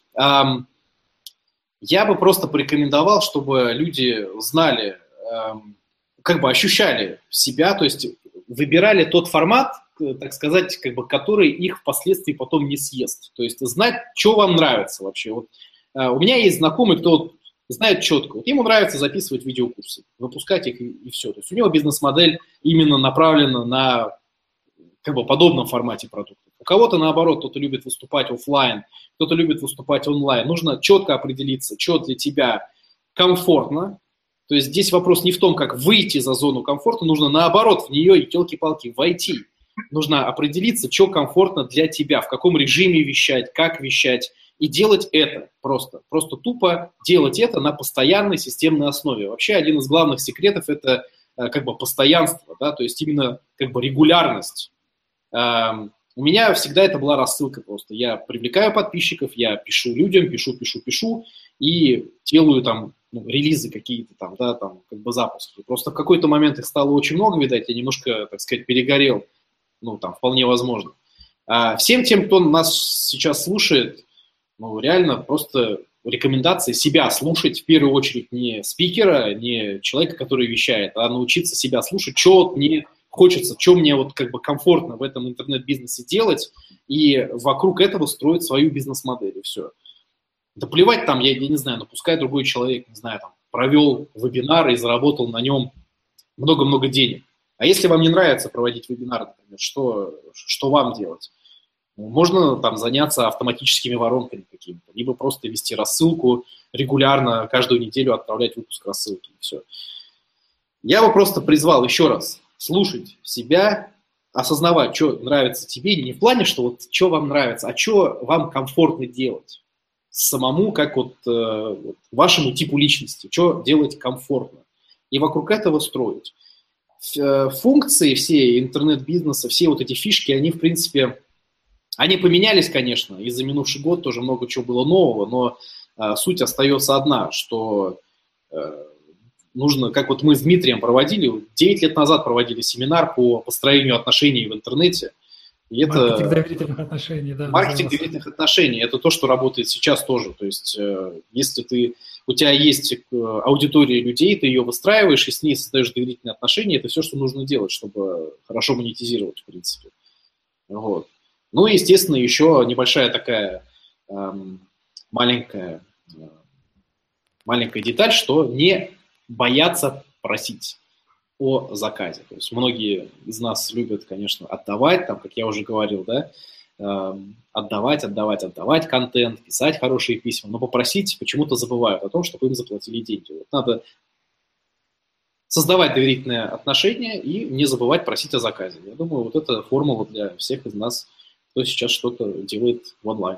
Я бы просто порекомендовал, чтобы люди знали, как бы ощущали себя, то есть выбирали тот формат, так сказать, как бы, который их впоследствии потом не съест. То есть знать, что вам нравится вообще. Вот, у меня есть знакомый, кто знает четко. Вот ему нравится записывать видеокурсы, выпускать их и все. То есть у него бизнес-модель именно направлена на как бы подобном формате продукта. У кого-то наоборот, кто-то любит выступать офлайн, кто-то любит выступать онлайн. Нужно четко определиться, что для тебя комфортно. То есть здесь вопрос не в том, как выйти за зону комфорта, нужно наоборот в нее и елки-палки войти. Нужно определиться, что комфортно для тебя, в каком режиме вещать, как вещать, и делать это просто. Просто тупо делать это на постоянной системной основе. Вообще один из главных секретов – это как бы постоянство, да, то есть именно как бы регулярность. У меня всегда это была рассылка просто. Я привлекаю подписчиков, я пишу людям, пишу, и делаю там релизы какие-то там, да, там, как бы запуски. Просто в какой-то момент их стало очень много, видать, я немножко, так сказать, перегорел, там, вполне возможно. А всем тем, кто нас сейчас слушает, реально просто рекомендации себя слушать, в первую очередь не спикера, не человека, который вещает, а научиться себя слушать, что мне хочется, что мне вот как бы комфортно в этом интернет-бизнесе делать, и вокруг этого строить свою бизнес-модель, и все. Да плевать там, я не знаю, пускай другой человек, не знаю, там, провел вебинар и заработал на нем много-много денег. А если вам не нравится проводить вебинары, например, что вам делать? Можно там заняться автоматическими воронками какими-то, либо просто вести рассылку, регулярно, каждую неделю отправлять выпуск рассылки, и все. Я бы просто призвал еще раз слушать себя, осознавать, что нравится тебе, не в плане, что вот что вам нравится, а что вам комфортно делать самому, как вот вашему типу личности, что делать комфортно. И вокруг этого строить. Функции все интернет-бизнеса, все вот эти фишки, они, в принципе, они поменялись, конечно, и за минувший год тоже много чего было нового, но суть остается одна, что нужно, как вот мы с Дмитрием проводили, 9 лет назад проводили семинар по построению отношений в интернете. И маркетинг доверительных отношений, да. Маркетинг доверительных отношений – это то, что работает сейчас тоже. То есть, если у тебя есть аудитория людей, ты ее выстраиваешь и с ней создаешь доверительные отношения, это все, что нужно делать, чтобы хорошо монетизировать, в принципе. Вот. Ну и, естественно, еще небольшая такая маленькая деталь, что не бояться просить о заказе. То есть многие из нас любят, конечно, отдавать, там, как я уже говорил, да, отдавать контент, писать хорошие письма, но попросить почему-то забывают о том, чтобы им заплатили деньги. Вот надо создавать доверительные отношения и не забывать просить о заказе. Я думаю, вот это формула для всех из нас, кто сейчас что-то делает в онлайн.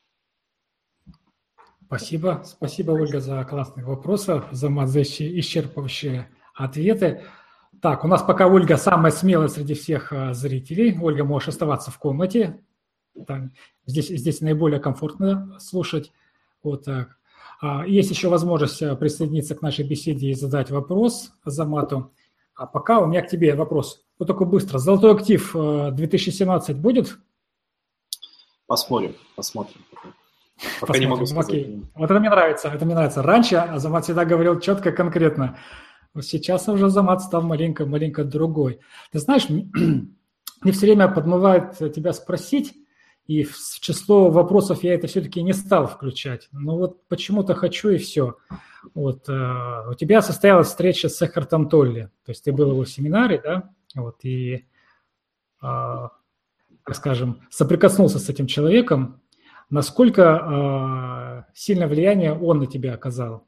Спасибо. Спасибо, Ольга, за классные вопросы, за исчерпывающие ответы. Так, у нас пока Ольга самая смелая среди всех зрителей. Ольга, можешь оставаться в комнате. Там, здесь наиболее комфортно слушать. Вот так. Есть еще возможность присоединиться к нашей беседе и задать вопрос Азамату. А пока у меня к тебе вопрос. Вот такой быстро. Золотой актив 2017 будет? Посмотрим. Пока не могу сказать. Окей. Вот это мне нравится. Раньше Азамат всегда говорил четко, конкретно. Сейчас уже Азамат стал маленько другой. Ты знаешь, мне все время подмывает тебя спросить, и в число вопросов я это все-таки не стал включать. Но вот почему-то хочу, и все. Вот, у тебя состоялась встреча с Экхартом Толле. То есть ты был в его семинаре, да? Вот, и, так скажем, соприкоснулся с этим человеком. Насколько сильное влияние он на тебя оказал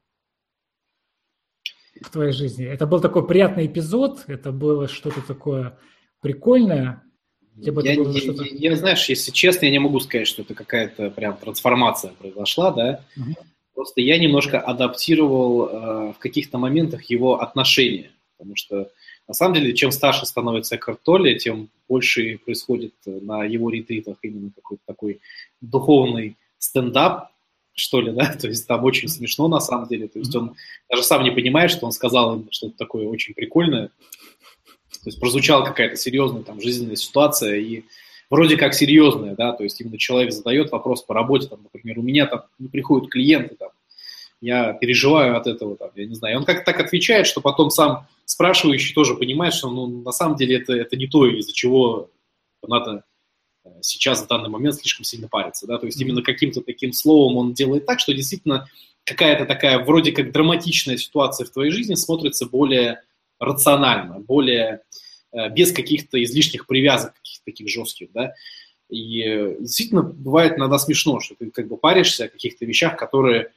в твоей жизни? Это был такой приятный эпизод? Это было что-то такое прикольное? Я, знаешь, если честно, я не могу сказать, что это какая-то прям трансформация произошла, да? Угу. Просто я немножко адаптировал в каких-то моментах его отношения, потому что на самом деле, чем старше становится Экхарт Толле, тем больше происходит на его ретритах именно какой-то такой духовный стендап, что ли, да, то есть там очень смешно на самом деле, то есть он даже сам не понимает, что он сказал что-то такое очень прикольное, то есть прозвучала какая-то серьезная там жизненная ситуация и вроде как серьезная, да, то есть именно человек задает вопрос по работе, там, например, у меня там не приходят клиенты, там, я переживаю от этого, там, я не знаю, и он как-то так отвечает, что потом сам спрашивающий тоже понимает, что на самом деле это не то, из-за чего надо сейчас в данный момент слишком сильно париться, да, то есть именно каким-то таким словом он делает так, что действительно какая-то такая вроде как драматичная ситуация в твоей жизни смотрится более рационально, более без каких-то излишних привязок, каких-то таких жестких, да, и действительно бывает иногда смешно, что ты как бы паришься о каких-то вещах, которые,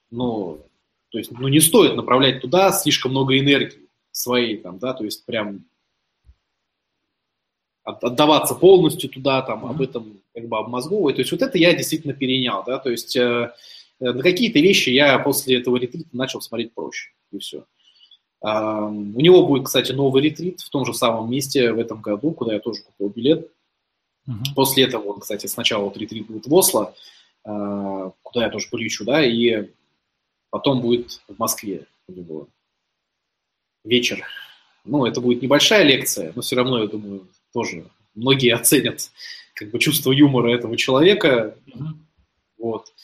не стоит направлять туда слишком много энергии своей, там, да, то есть прям отдаваться полностью туда, там, об этом как бы обмозговывать. То есть вот это я действительно перенял, да, то есть на какие-то вещи я после этого ретрита начал смотреть проще, и все. У него будет, кстати, новый ретрит в том же самом месте в этом году, куда я тоже купил билет. После этого, вот, кстати, сначала вот ретрит будет в Осло, куда я тоже полечу, да, и потом будет в Москве у него вечер. Ну, это будет небольшая лекция, но все равно, я думаю, тоже многие оценят как бы чувство юмора этого человека. Вот.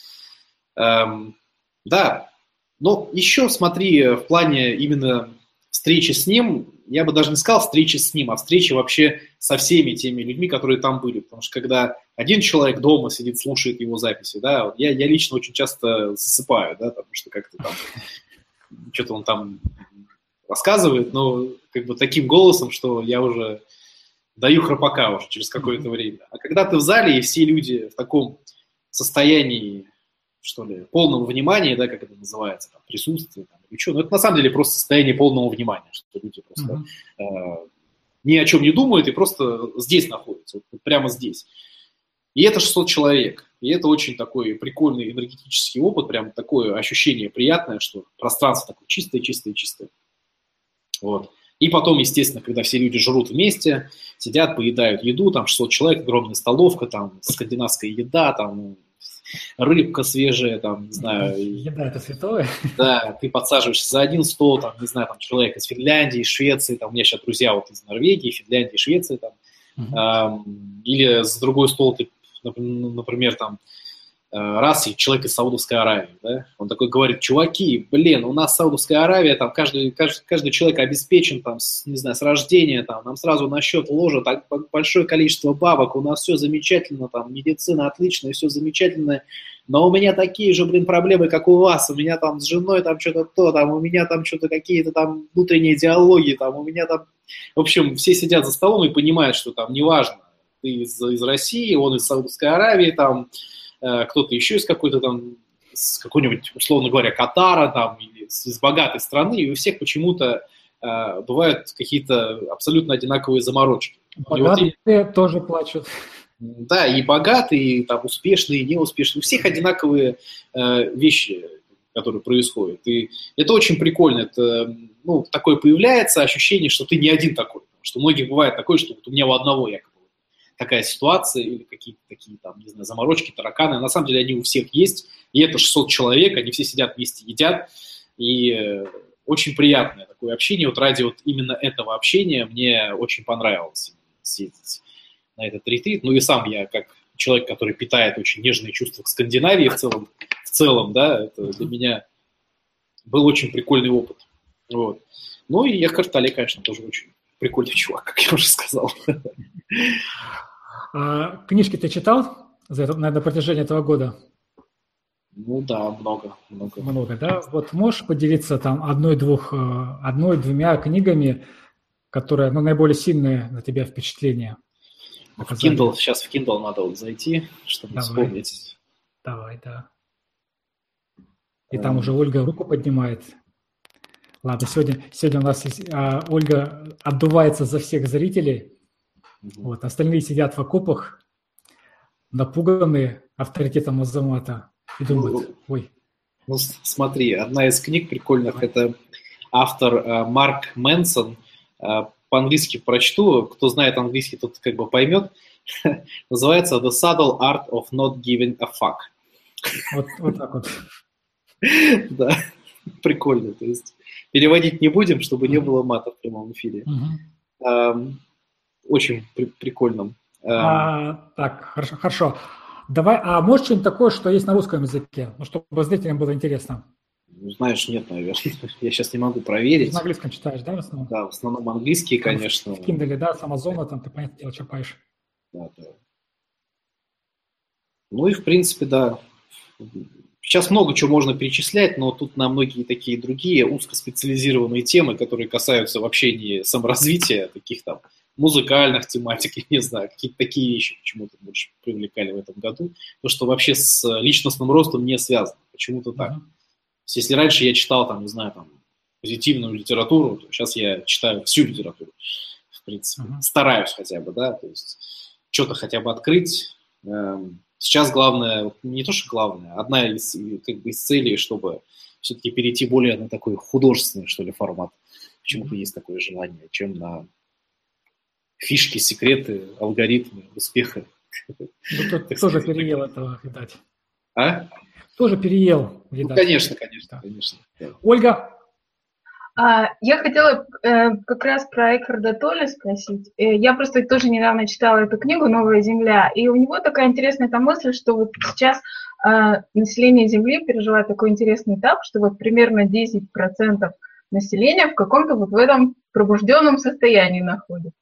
Да, но еще смотри, в плане именно встречи с ним, я бы даже не сказал встречи с ним, а встречи вообще со всеми теми людьми, которые там были. Потому что когда один человек дома сидит, слушает его записи, да, я лично очень часто засыпаю, да, потому что как-то там что-то он там рассказывает, но как бы таким голосом, что я уже даю храпака уже через какое-то время. А когда ты в зале, и все люди в таком состоянии, что ли, полного внимания, да, как это называется, там, присутствие, там, или что, но это на самом деле просто состояние полного внимания, что люди просто ни о чем не думают и просто здесь находятся, вот прямо здесь. И это 600 человек. И это очень такой прикольный энергетический опыт, прям такое ощущение приятное, что пространство такое чистое. Вот. И потом, естественно, когда все люди жрут вместе, сидят, поедают еду, там 600 человек, огромная столовка, там скандинавская еда, там рыбка свежая, там, не знаю. Еда – это святое. Да, ты подсаживаешься за один стол, там, не знаю, там человек из Финляндии, из Швеции, там, у меня сейчас друзья вот из Норвегии, Финляндии, Швеции, там, или с другой стол ты, например, там, раз и человек из Саудовской Аравии, да, он такой говорит: чуваки, блин, у нас Саудовская Аравия, там каждый человек обеспечен, там, не знаю, с рождения, там, нам сразу на счет ложат большое количество бабок, у нас все замечательно, там, медицина отличная, все замечательно, но у меня такие же, блин, проблемы, как у вас, у меня там с женой там что-то то, там, у меня там что-то какие-то там внутренние диалоги, там, у меня там, в общем, все сидят за столом и понимают, что там неважно, ты из России, он из Саудовской Аравии, там, кто-то еще из какой-то там, с какой-нибудь, условно говоря, Катара там, или из богатой страны, и у всех почему-то бывают какие-то абсолютно одинаковые заморочки. Богатые вот тоже плачут. Да, и богатые, и там, успешные, и неуспешные. У всех одинаковые вещи, которые происходят. И это очень прикольно. Это, ну, такое появляется ощущение, что ты не один такой. Потому что у многих бывает такое, что вот у меня у одного якобы такая ситуация, или какие-то такие там, не знаю, заморочки, тараканы. На самом деле они у всех есть, и это 600 человек, они все сидят вместе, едят, и очень приятное такое общение. Вот ради вот именно этого общения мне очень понравилось съездить на этот ретрит. Ну и сам я, как человек, который питает очень нежные чувства к Скандинавии в целом, да, это для меня был очень прикольный опыт. Вот. Ну и Ехар Толе, конечно, тоже очень прикольный чувак, как я уже сказал. Книжки ты читал на протяжении этого года? Ну да, много. Много, да? Вот можешь поделиться там одной-двумя книгами, которые, ну, наиболее сильные на тебя впечатления? Сейчас в Kindle надо вот зайти, чтобы вспомнить. Давай, да. И там уже Ольга руку поднимает. Ладно, сегодня у нас Ольга отдувается за всех зрителей. Вот, остальные сидят в окопах, напуганные авторитетом Азамата, и думают: ой. Ну, смотри, одна из книг прикольных, это автор Марк Мэнсон. По-английски прочту, кто знает английский, тот как бы поймет. Называется The Subtle Art of Not Giving a Fuck. Вот так вот. Да, прикольно. То есть переводить не будем, чтобы не было мата в прямом эфире. Очень прикольно. Так, хорошо. Давай, а может что-нибудь такое, что есть на русском языке, ну, чтобы зрителям было интересно? Знаешь, нет, наверное. Я сейчас не могу проверить. На английском читаешь, да, в основном? Да, в основном английский, конечно. В Kindle, да, с Амазона, там ты, понятное дело, чапаешь. Да. Ну и, в принципе, да. Сейчас много чего можно перечислять, но тут на многие такие другие узкоспециализированные темы, которые касаются вообще не саморазвития, таких там музыкальных тематик, я не знаю, какие-то такие вещи почему-то больше привлекали в этом году. То, что вообще с личностным ростом не связано. Почему-то так. Если раньше я читал, там, не знаю, там, позитивную литературу, то сейчас я читаю всю литературу, в принципе. Стараюсь хотя бы, да, то есть что-то хотя бы открыть. Сейчас главное, не то, что главное, одна из, как бы, из целей, чтобы все-таки перейти более на такой художественный, что ли, формат. Почему-то есть такое желание, чем на фишки, секреты, алгоритмы, успеха. Ну, ты тоже переел этого, видать. А? Тоже переел, видать. Ну, конечно. Да. Ольга? Я хотела как раз про Экхарта Толле спросить. Я просто тоже недавно читала эту книгу «Новая Земля», и у него такая интересная там мысль, что вот сейчас население Земли переживает такой интересный этап, что вот примерно 10% населения в каком-то вот в этом пробужденном состоянии находится.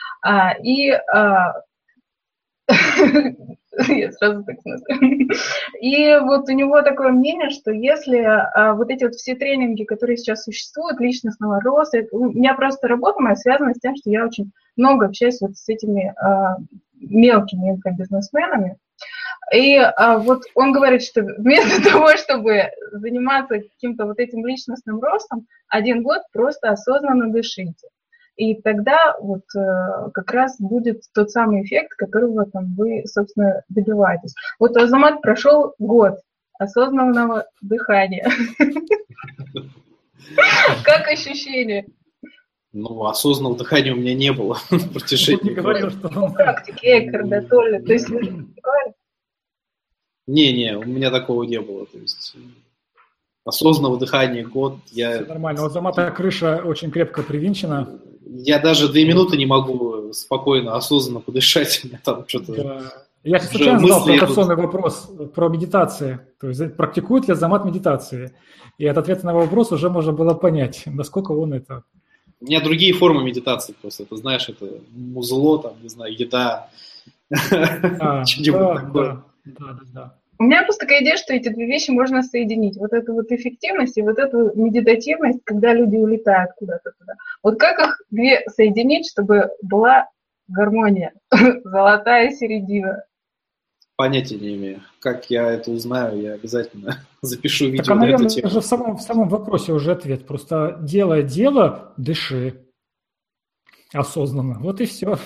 Я сразу так смотрю. И вот у него такое мнение, что если вот эти вот все тренинги, которые сейчас существуют, личностного роста, у меня просто работа моя связана с тем, что я очень много общаюсь вот с этими мелкими инфобизнесменами. И вот он говорит, что вместо того, чтобы заниматься каким-то вот этим личностным ростом, 1 год просто осознанно дышите. И тогда вот как раз будет тот самый эффект, которого там вы, собственно, добиваетесь. Вот Азамат прошел год осознанного дыхания. Как ощущение? Ну, осознанного дыхания у меня не было в протяжении года. Практики Экхарта Толле. То есть Не, у меня такого не было. То есть осознанного дыхания год. Все нормально. У Азамата крыша очень крепко привинчена. Я даже 2 минуты не могу спокойно, осознанно подышать. У меня там что-то... Да. Я случайно задал провокационный вопрос про медитации. То есть практикует ли Азамат медитации? И от ответа на вопрос уже можно было понять, насколько он это... У меня другие формы медитации просто. Это, знаешь, это музло, там, не знаю, еда. Что-нибудь такое. Да. У меня просто такая идея, что эти 2 вещи можно соединить. Вот эту вот эффективность и вот эту медитативность, когда люди улетают куда-то туда. Вот как их 2 соединить, чтобы была гармония, золотая середина? Понятия не имею. Как я это узнаю, я обязательно запишу видео. Так, наверное, же в самом вопросе уже ответ. Просто делая дело, дыши осознанно. Вот и все.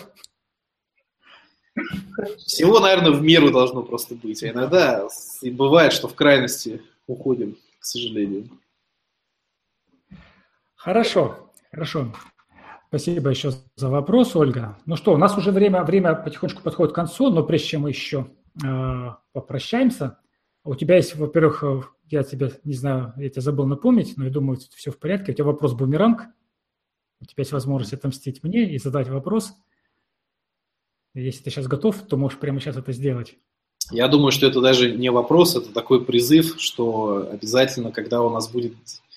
Всего, наверное, в меру должно просто быть. А иногда и бывает, что в крайности уходим, к сожалению. Хорошо. Спасибо еще за вопрос, Ольга. Ну что, у нас уже время потихонечку подходит к концу, но прежде чем мы еще попрощаемся, у тебя есть, во-первых, я тебе, не знаю, я тебе забыл напомнить, но я думаю, все в порядке. У тебя вопрос-бумеранг. У тебя есть возможность отомстить мне и задать вопрос. Если ты сейчас готов, то можешь прямо сейчас это сделать. Я думаю, что это даже не вопрос, это такой призыв, что обязательно, когда у нас будет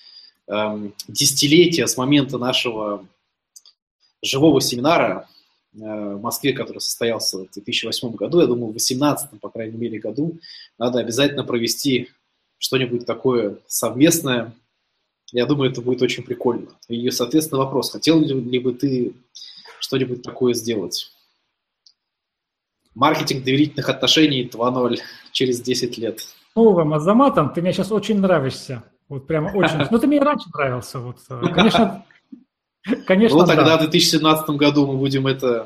десятилетие с момента нашего живого семинара в Москве, который состоялся в 2008 году, я думаю, в 2018, по крайней мере, году, надо обязательно провести что-нибудь такое совместное. Я думаю, это будет очень прикольно. И, соответственно, вопрос, хотел ли бы ты что-нибудь такое сделать? Маркетинг доверительных отношений 2.0 через 10 лет. Новым Азаматом ты мне сейчас очень нравишься. Вот прямо очень. Ну, ты мне раньше нравился. Вот. Конечно, ну, тогда в 2017 году мы будем это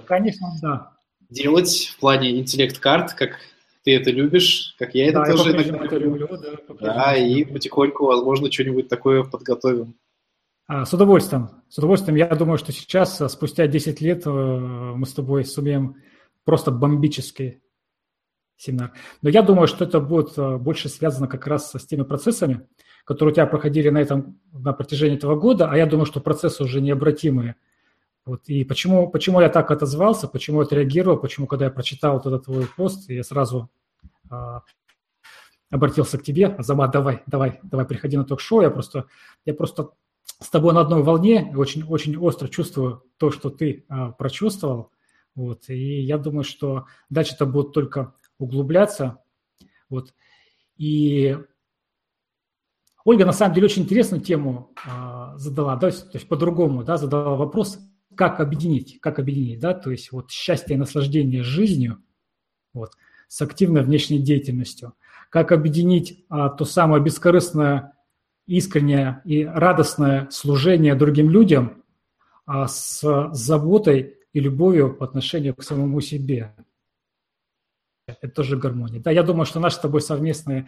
делать в плане интеллект-карт, как ты это любишь, как я это тоже иногда люблю. Да, и потихоньку, возможно, что-нибудь такое подготовим. С удовольствием. С удовольствием. Я думаю, что сейчас, спустя 10 лет, мы с тобой сумеем просто бомбический семинар. Но я думаю, что это будет больше связано как раз с теми процессами, которые у тебя проходили на протяжении этого года, а я думаю, что процессы уже необратимые. Вот. И почему я так отозвался, почему я отреагировал, почему, когда я прочитал вот этот твой пост, я сразу обратился к тебе: Азамат, давай, приходи на ток-шоу, я просто с тобой на одной волне, очень, очень остро чувствую то, что ты прочувствовал. Вот. И я думаю, что дальше это будет только углубляться. Вот. И Ольга, на самом деле, очень интересную тему задала, то есть по-другому, задала вопрос, как объединить, да, то есть вот счастье и наслаждение жизнью вот, с активной внешней деятельностью, как объединить то самое бескорыстное, искреннее и радостное служение другим людям с заботой и любовью по отношению к самому себе. Это тоже гармония. Да, я думаю, что наш с тобой совместный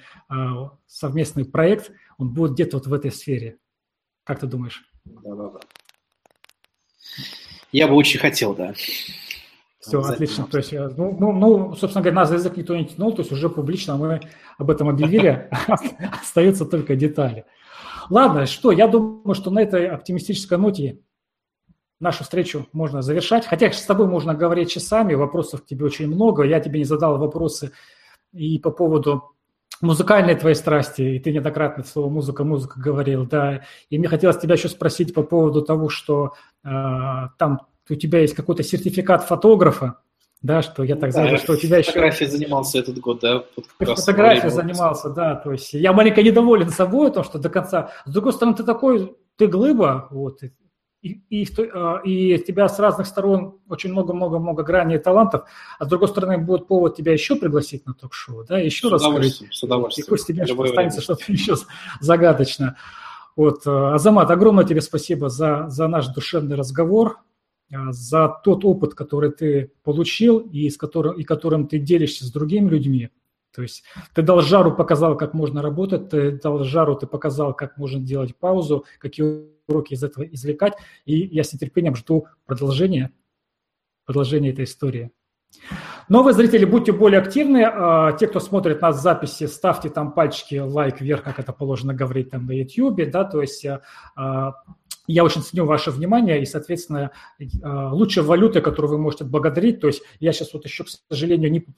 проект, он будет где-то вот в этой сфере. Как ты думаешь? Да. Я бы очень хотел, да. Все, отлично. То есть, собственно говоря, нас за язык никто не тянул, то есть уже публично мы об этом объявили, остаются только детали. Ладно, я думаю, что на этой оптимистической ноте нашу встречу можно завершать. Хотя с тобой можно говорить часами, вопросов к тебе очень много. Я тебе не задал вопросы и по поводу музыкальной твоей страсти, и ты неоднократно слово музыка говорил, да. И мне хотелось тебя еще спросить по поводу того, что там у тебя есть какой-то сертификат фотографа, да, что я так знаю, что у тебя еще... Фотографией занимался этот год, да? Фотографией занимался, да, то есть я маленько недоволен собой, потому что до конца... С другой стороны, ты глыба, вот, и тебя с разных сторон очень много граней и талантов, а с другой стороны, будет повод тебя еще пригласить на ток-шоу, да, еще раскрыть. С удовольствием. И пусть тебе останется что-то еще загадочное. Вот, Азамат, огромное тебе спасибо за наш душевный разговор, за тот опыт, который ты получил и которым ты делишься с другими людьми. То есть ты дал жару, показал, как можно работать, ты дал жару, ты показал, как можно делать паузу, какие уроки из этого извлекать. И я с нетерпением жду продолжения этой истории. Новые зрители, будьте более активны. Те, кто смотрит нас в записи, ставьте там пальчики, лайк вверх, как это положено говорить там на YouTube. Да? То есть я очень ценю ваше внимание и, соответственно, лучшая валюта, которую вы можете отблагодарить. То есть я сейчас вот еще, к сожалению, не...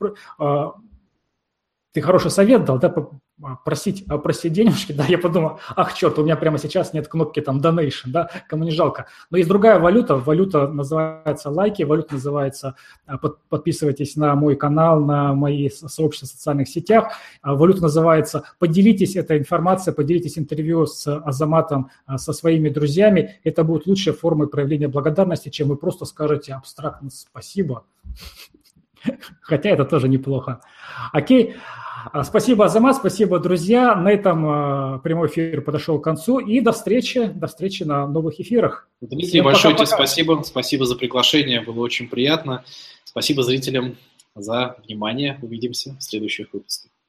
Ты хороший совет дал, да, просить денежки, да, я подумал, черт, у меня прямо сейчас нет кнопки там donation, да, кому не жалко. Но есть другая валюта называется лайки, валюта называется подписывайтесь на мой канал, на мои сообщества в социальных сетях, валюта называется поделитесь этой информацией, поделитесь интервью с Азаматом, со своими друзьями, это будет лучшей формой проявления благодарности, чем вы просто скажете абстрактно спасибо, хотя это тоже неплохо. Окей. Спасибо, Азамат, спасибо, друзья. На этом прямой эфир подошел к концу. И до встречи на новых эфирах. Дмитрий, всем большое тебе спасибо. Спасибо за приглашение, было очень приятно. Спасибо зрителям за внимание. Увидимся в следующих выпусках.